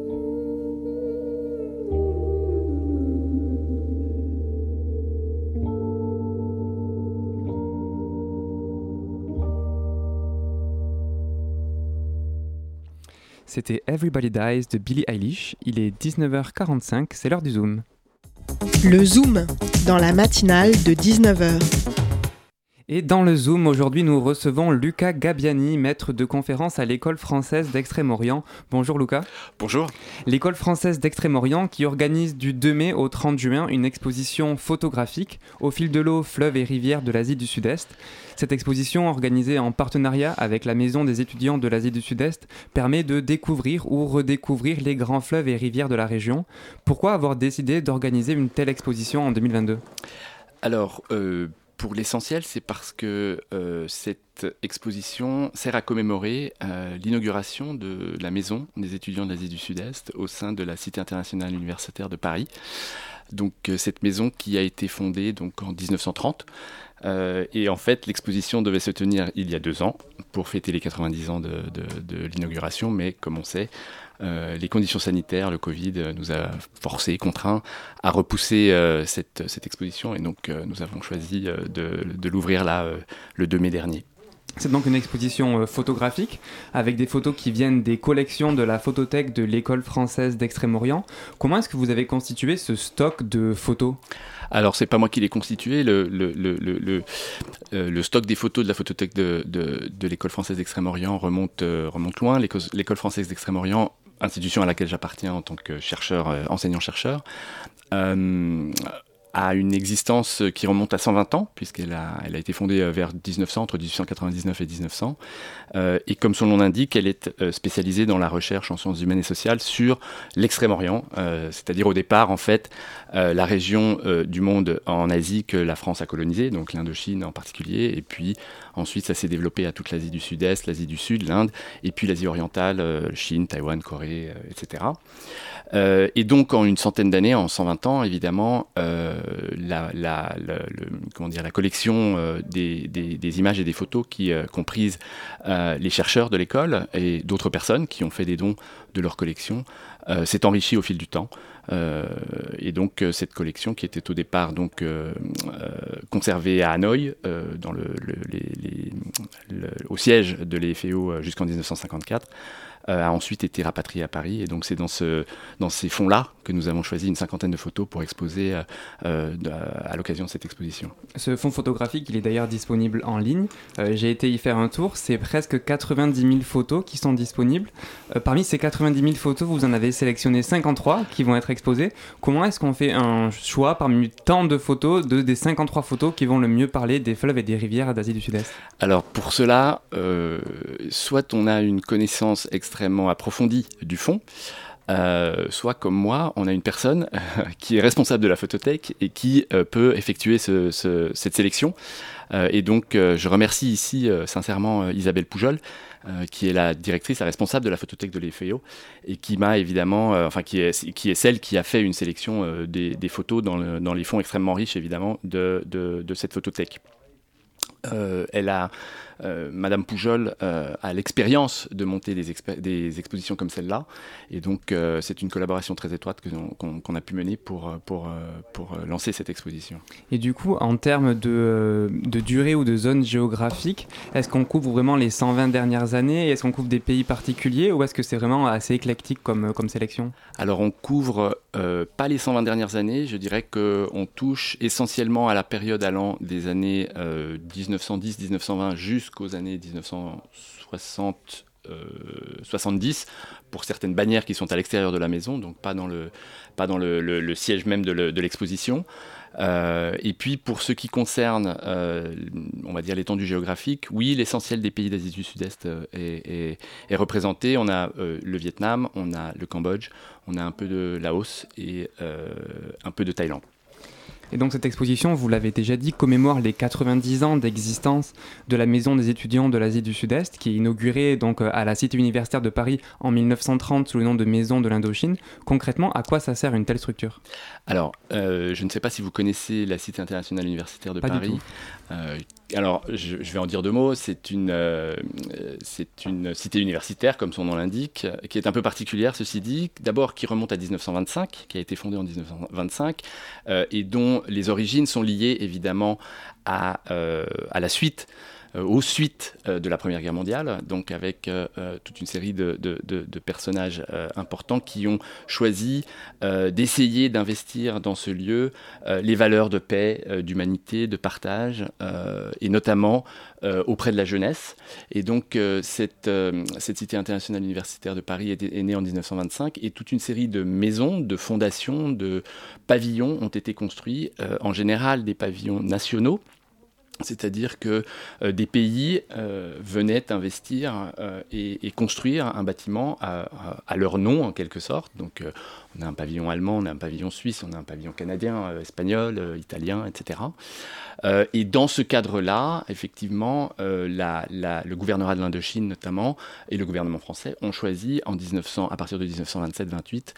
S2: C'était Everybody Dies de Billie Eilish. Il est 19h45, c'est l'heure du Zoom.
S8: Le Zoom, dans la matinale de 19h.
S2: Et dans le Zoom, aujourd'hui, nous recevons Luca Gabbiani, maître de conférence à l'École française d'Extrême-Orient. Bonjour Luca.
S9: Bonjour.
S2: L'École française d'Extrême-Orient qui organise du 2 mai au 30 juin une exposition photographique au fil de l'eau, fleuves et rivières de l'Asie du Sud-Est. Cette exposition, organisée en partenariat avec la Maison des étudiants de l'Asie du Sud-Est, permet de découvrir ou redécouvrir les grands fleuves et rivières de la région. Pourquoi avoir décidé d'organiser une telle exposition en 2022 ?
S9: Alors, pour l'essentiel, c'est parce que cette exposition sert à commémorer l'inauguration de la Maison des étudiants de l'Asie du Sud-Est au sein de la Cité internationale universitaire de Paris. Donc, cette maison qui a été fondée donc, en 1930. Et en fait, l'exposition devait se tenir il y a 2 ans pour fêter les 90 ans de l'inauguration, mais comme on sait, les conditions sanitaires, le Covid, nous a contraints à repousser cette exposition, et donc nous avons choisi de l'ouvrir là le 2 mai dernier.
S2: C'est donc une exposition photographique avec des photos qui viennent des collections de la photothèque de l'École française d'Extrême-Orient. Comment est-ce que vous avez constitué ce stock de photos ?
S9: Alors, c'est pas moi qui l'ai constitué. Le stock des photos de la photothèque de l'École française d'Extrême-Orient remonte loin. L'École française d'Extrême-Orient, institution à laquelle j'appartiens en tant que chercheur, enseignant-chercheur, a une existence qui remonte à 120 ans, puisqu'elle a été fondée vers 1900, entre 1899 et 1900. Et comme son nom l'indique, elle est spécialisée dans la recherche en sciences humaines et sociales sur l'Extrême-Orient, c'est-à-dire au départ, en fait, la région du monde en Asie que la France a colonisée, donc l'Indochine en particulier, et puis ensuite ça s'est développé à toute l'Asie du Sud-Est, l'Asie du Sud, l'Inde, et puis l'Asie orientale, Chine, Taïwan, Corée, etc. Et donc en une centaine d'années, en 120 ans, évidemment, la collection des images et des photos qui comprisent les chercheurs de l'école et d'autres personnes qui ont fait des dons de leur collection s'est enrichie au fil du temps. Et donc cette collection qui était au départ donc conservée à Hanoï au siège de l'EFEO jusqu'en 1954 a ensuite été rapatriée à Paris, et donc c'est dans ces fonds-là que nous avons choisi une 50aine de photos pour exposer à l'occasion de cette exposition. Ce
S2: fonds photographique, il est d'ailleurs disponible en ligne. J'ai été y faire un tour, c'est presque 90 000 photos qui sont disponibles. Parmi ces 90 000 photos, vous en avez sélectionné 53 qui vont être exposées. Comment est-ce qu'on fait un choix parmi tant de photos des 53 photos qui vont le mieux parler des fleuves et des rivières d'Asie du Sud-Est ?
S9: Alors pour cela, soit on a une connaissance extrêmement approfondie du fond, soit comme moi, on a une personne qui est responsable de la photothèque et qui peut effectuer cette sélection. Et donc je remercie ici sincèrement Isabelle Poujol, qui est la directrice, la responsable de la photothèque de l'EFEO, et qui m'a évidemment, qui est celle qui a fait une sélection des photos dans les fonds extrêmement riches évidemment de cette photothèque. Madame Poujol a l'expérience de monter des expositions comme celle-là, et donc c'est une collaboration très étroite qu'on a pu mener pour lancer cette exposition.
S2: Et du coup, en termes de durée ou de zone géographique, est-ce qu'on couvre vraiment les 120 dernières années ? Est-ce qu'on couvre des pays particuliers, ou est-ce que c'est vraiment assez éclectique comme sélection ?
S9: Alors on couvre pas les 120 dernières années, je dirais qu'on touche essentiellement à la période allant des années 1910-1920 jusqu'aux années 1960-70, pour certaines bannières qui sont à l'extérieur de la maison, donc pas dans le siège même de l'exposition. Et puis pour ce qui concerne, on va dire l'étendue géographique, oui, l'essentiel des pays d'Asie du Sud-Est est représenté. On a le Vietnam, on a le Cambodge, on a un peu de Laos et un peu de Thaïlande.
S2: Et donc cette exposition, vous l'avez déjà dit, commémore les 90 ans d'existence de la Maison des étudiants de l'Asie du Sud-Est, qui est inaugurée donc à la Cité universitaire de Paris en 1930 sous le nom de Maison de l'Indochine. Concrètement, à quoi ça sert une telle structure ?
S9: Alors, je ne sais pas si vous connaissez la Cité internationale universitaire de
S2: Pas
S9: Paris.
S2: Du tout.
S9: Alors, je vais en dire 2 mots. C'est une cité universitaire, comme son nom l'indique, qui est un peu particulière, ceci dit. D'abord, qui remonte à 1925, qui a été fondée en 1925, et dont les origines sont liées évidemment à la suite aux suites de la Première Guerre mondiale, donc avec toute une série de personnages importants qui ont choisi d'essayer d'investir dans ce lieu les valeurs de paix, d'humanité, de partage, et notamment auprès de la jeunesse. Et donc cette Cité internationale universitaire de Paris est née en 1925, et toute une série de maisons, de fondations, de pavillons ont été construits, en général des pavillons nationaux. C'est-à-dire que des pays venaient investir et construire un bâtiment à leur nom, en quelque sorte. Donc, on a un pavillon allemand, on a un pavillon suisse, on a un pavillon canadien, espagnol, italien, etc. Et dans ce cadre-là, effectivement, le gouvernorat de l'Indochine, notamment, et le gouvernement français ont choisi, à partir de 1927-28,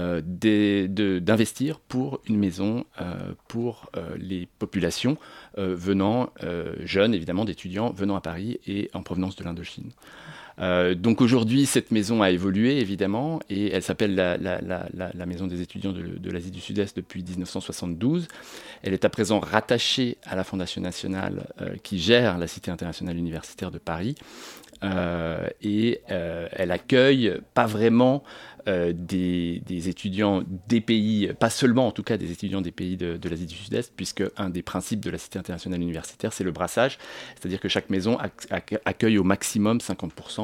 S9: d'investir pour une maison pour les populations venant, jeunes évidemment, d'étudiants venant à Paris et en provenance de l'Indochine. Donc aujourd'hui, cette maison a évolué évidemment, et elle s'appelle la Maison des étudiants de l'Asie du Sud-Est depuis 1972. Elle est à présent rattachée à la Fondation nationale qui gère la Cité internationale universitaire de Paris, et elle accueille pas vraiment des étudiants des pays, pas seulement en tout cas des étudiants des pays de l'Asie du Sud-Est, puisque un des principes de la Cité internationale universitaire, c'est le brassage, c'est-à-dire que chaque maison accueille au maximum 50%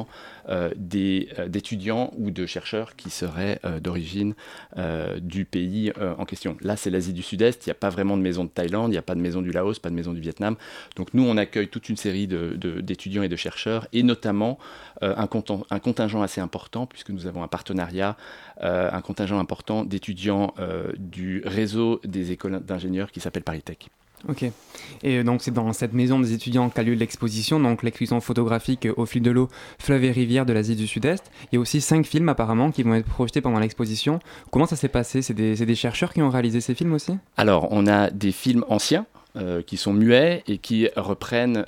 S9: d'étudiants ou de chercheurs qui seraient d'origine du pays en question. Là, c'est l'Asie du Sud-Est, il n'y a pas vraiment de maison de Thaïlande, il n'y a pas de maison du Laos, pas de maison du Vietnam. Donc nous, on accueille toute une série d'étudiants et de chercheurs, et notamment un contingent assez important, puisque nous avons un partenariat, un contingent important d'étudiants du réseau des écoles d'ingénieurs qui s'appelle ParisTech.
S2: Ok. Et donc c'est dans cette maison des étudiants qu'a lieu l'exposition, donc l'exposition photographique Au fil de l'eau, fleuves et rivières de l'Asie du Sud-Est. Il y a aussi 5 films apparemment qui vont être projetés pendant l'exposition. Comment ça s'est passé ? C'est des chercheurs qui ont réalisé ces films aussi ?
S9: Alors on a des films anciens, qui sont muets et qui reprennent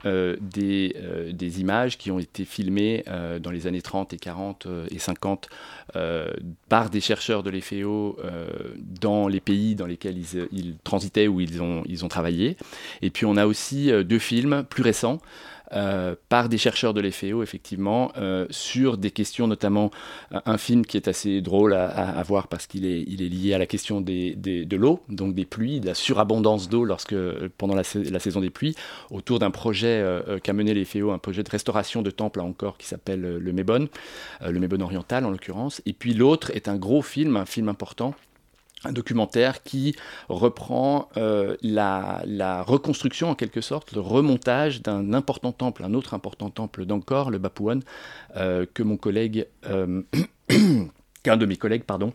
S9: des images qui ont été filmées dans les années 30 et 40 et 50 par des chercheurs de l'EFEO dans les pays dans lesquels ils transitaient ou ils ont travaillé. Et puis on a aussi 2 films plus récents par des chercheurs de l'EFEO, effectivement, sur des questions, notamment un film qui est assez drôle à voir parce qu'il est lié à la question de l'eau, donc des pluies, de la surabondance d'eau pendant la saison des pluies, autour d'un projet qu'a mené l'EFEO, un projet de restauration de temples à Angkor qui s'appelle le Mebon oriental en l'occurrence. Et puis l'autre est un gros film, un film important, un documentaire qui reprend la reconstruction en quelque sorte, le remontage d'un important temple, un autre important temple d'Angkor, le Baphuon, que mon collègue, qu'un de mes collègues, pardon,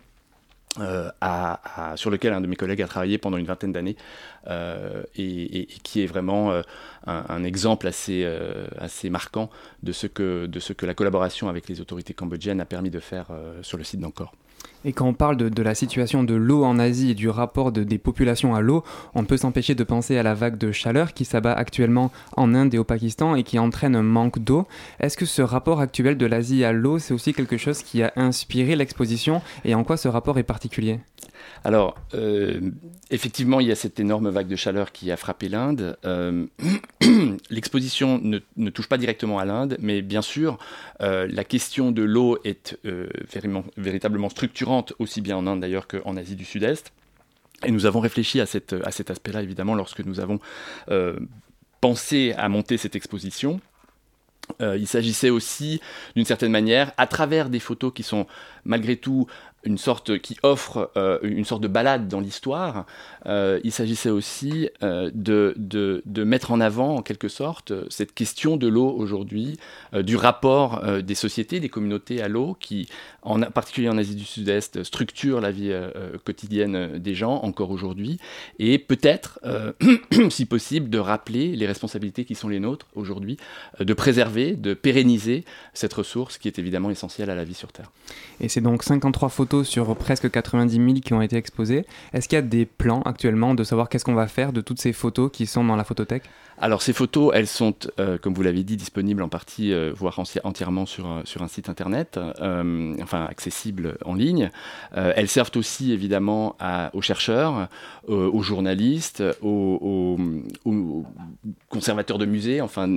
S9: sur lequel un de mes collègues a travaillé pendant une 20aine d'années, et qui est vraiment un exemple assez marquant de ce que la collaboration avec les autorités cambodgiennes a permis de faire sur le site d'Angkor.
S2: Et quand on parle de la situation de l'eau en Asie et du rapport des populations à l'eau, on ne peut s'empêcher de penser à la vague de chaleur qui s'abat actuellement en Inde et au Pakistan et qui entraîne un manque d'eau. Est-ce que ce rapport actuel de l'Asie à l'eau, c'est aussi quelque chose qui a inspiré l'exposition, et en quoi ce rapport est particulier ?
S9: Alors, effectivement, il y a cette énorme vague de chaleur qui a frappé l'Inde. L'exposition ne touche pas directement à l'Inde, mais bien sûr, la question de l'eau est véritablement structurante, aussi bien en Inde d'ailleurs qu'en Asie du Sud-Est. Et nous avons réfléchi à cet aspect-là, évidemment, lorsque nous avons pensé à monter cette exposition. Il s'agissait aussi, d'une certaine manière, à travers des photos qui sont malgré tout qui offrent une sorte de balade dans l'histoire, il s'agissait aussi de mettre en avant, en quelque sorte, cette question de l'eau aujourd'hui, du rapport des sociétés, des communautés à l'eau, qui, en particulier en Asie du Sud-Est, structure la vie quotidienne des gens, encore aujourd'hui, et peut-être, si possible, de rappeler les responsabilités qui sont les nôtres aujourd'hui, de préserver, de pérenniser cette ressource qui est évidemment essentielle à la vie sur Terre.
S2: Et c'est donc 53 photos sur presque 90 000 qui ont été exposées. Est-ce qu'il y a des plans actuellement de savoir qu'est-ce qu'on va faire de toutes ces photos qui sont dans la photothèque ?
S9: Alors ces photos, elles sont, comme vous l'avez dit, disponibles en partie, voire entièrement sur un site internet, accessible en ligne. Elles servent aussi évidemment aux chercheurs, aux journalistes, aux conservateurs de musées,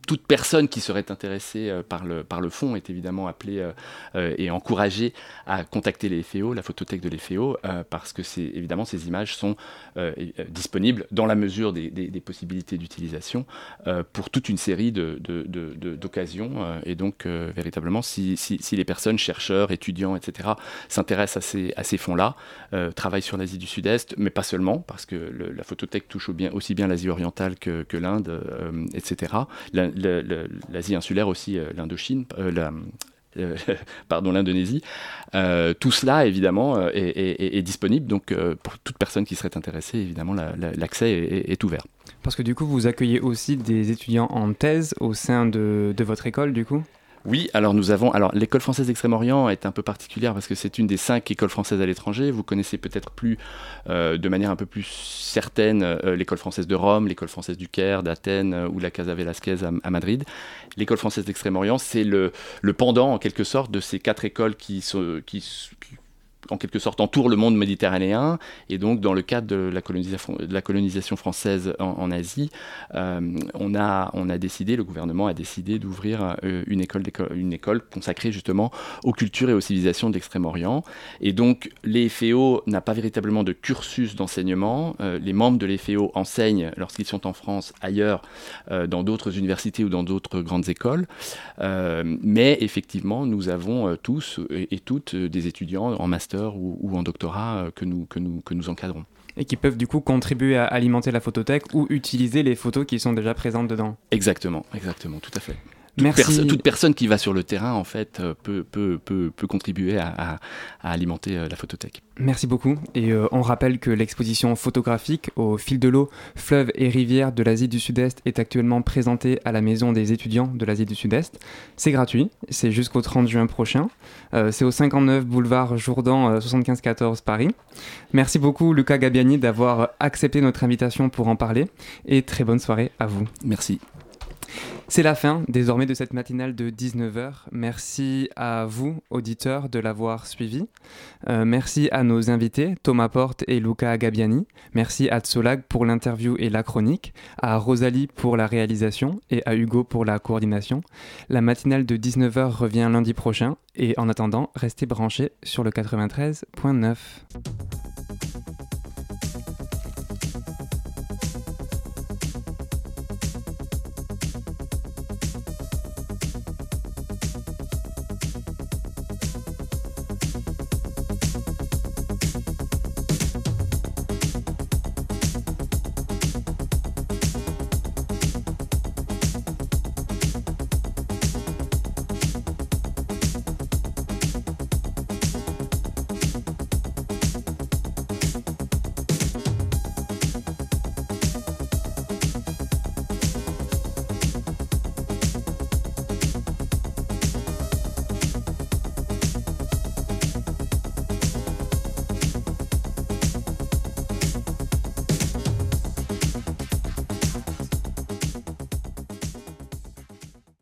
S9: toute personne qui serait intéressée par le fonds est évidemment appelée et encouragée à contacter les FEO, la photothèque de l'EFEO, parce que évidemment ces images sont disponibles dans la mesure des possibilités d'utilisation pour toute une série d'occasions. Et donc véritablement, si les personnes, chercheurs, étudiants, etc., s'intéressent à ces fonds-là, travaillent sur l'Asie du Sud-Est, mais pas seulement, parce que la photothèque touche aussi bien l'Asie orientale que l'Inde, etc. L'Asie insulaire aussi, l'Indochine, l'Indonésie. Tout cela, évidemment, est disponible. Donc, pour toute personne qui serait intéressée, évidemment, l'accès est ouvert.
S2: Parce que du coup, vous accueillez aussi des étudiants en thèse au sein de votre école, du coup ?
S9: Oui, alors l'école française d'Extrême-Orient est un peu particulière parce que c'est une des 5 écoles françaises à l'étranger. Vous connaissez peut-être plus, de manière un peu plus certaine, l'école française de Rome, l'école française du Caire, d'Athènes ou la Casa Velasquez à Madrid. L'école française d'Extrême-Orient, c'est le pendant, en quelque sorte, de ces 4 écoles qui en quelque sorte entoure le monde méditerranéen, et donc dans le cadre de la colonisation française en Asie, le gouvernement a décidé d'ouvrir une école consacrée justement aux cultures et aux civilisations de l'Extrême-Orient. Et donc l'EFEO n'a pas véritablement de cursus d'enseignement. Les membres de l'EFEO enseignent lorsqu'ils sont en France, ailleurs, dans d'autres universités ou dans d'autres grandes écoles. Mais effectivement, nous avons tous et toutes des étudiants en master ou en doctorat que nous encadrons.
S2: Et qui peuvent du coup contribuer à alimenter la photothèque ou utiliser les photos qui sont déjà présentes dedans.
S9: Exactement, tout à fait. Toute personne qui va sur le terrain, en fait, peut contribuer à alimenter la photothèque.
S2: Merci beaucoup. Et on rappelle que l'exposition photographique au fil de l'eau, fleuves et rivières de l'Asie du Sud-Est est actuellement présentée à la Maison des étudiants de l'Asie du Sud-Est. C'est gratuit, c'est jusqu'au 30 juin prochain. C'est au 59 boulevard Jourdan, 7514 Paris. Merci beaucoup Luca Gabbiani d'avoir accepté notre invitation pour en parler. Et très bonne soirée à vous.
S9: Merci.
S2: C'est la fin désormais de cette matinale de 19h. Merci à vous, auditeurs, de l'avoir suivi. Merci à nos invités, Thomas Porte et Luca Gabbiani. Merci à Tsolag pour l'interview et la chronique, à Rosalie pour la réalisation et à Hugo pour la coordination. La matinale de 19h revient lundi prochain et en attendant, restez branchés sur le 93.9.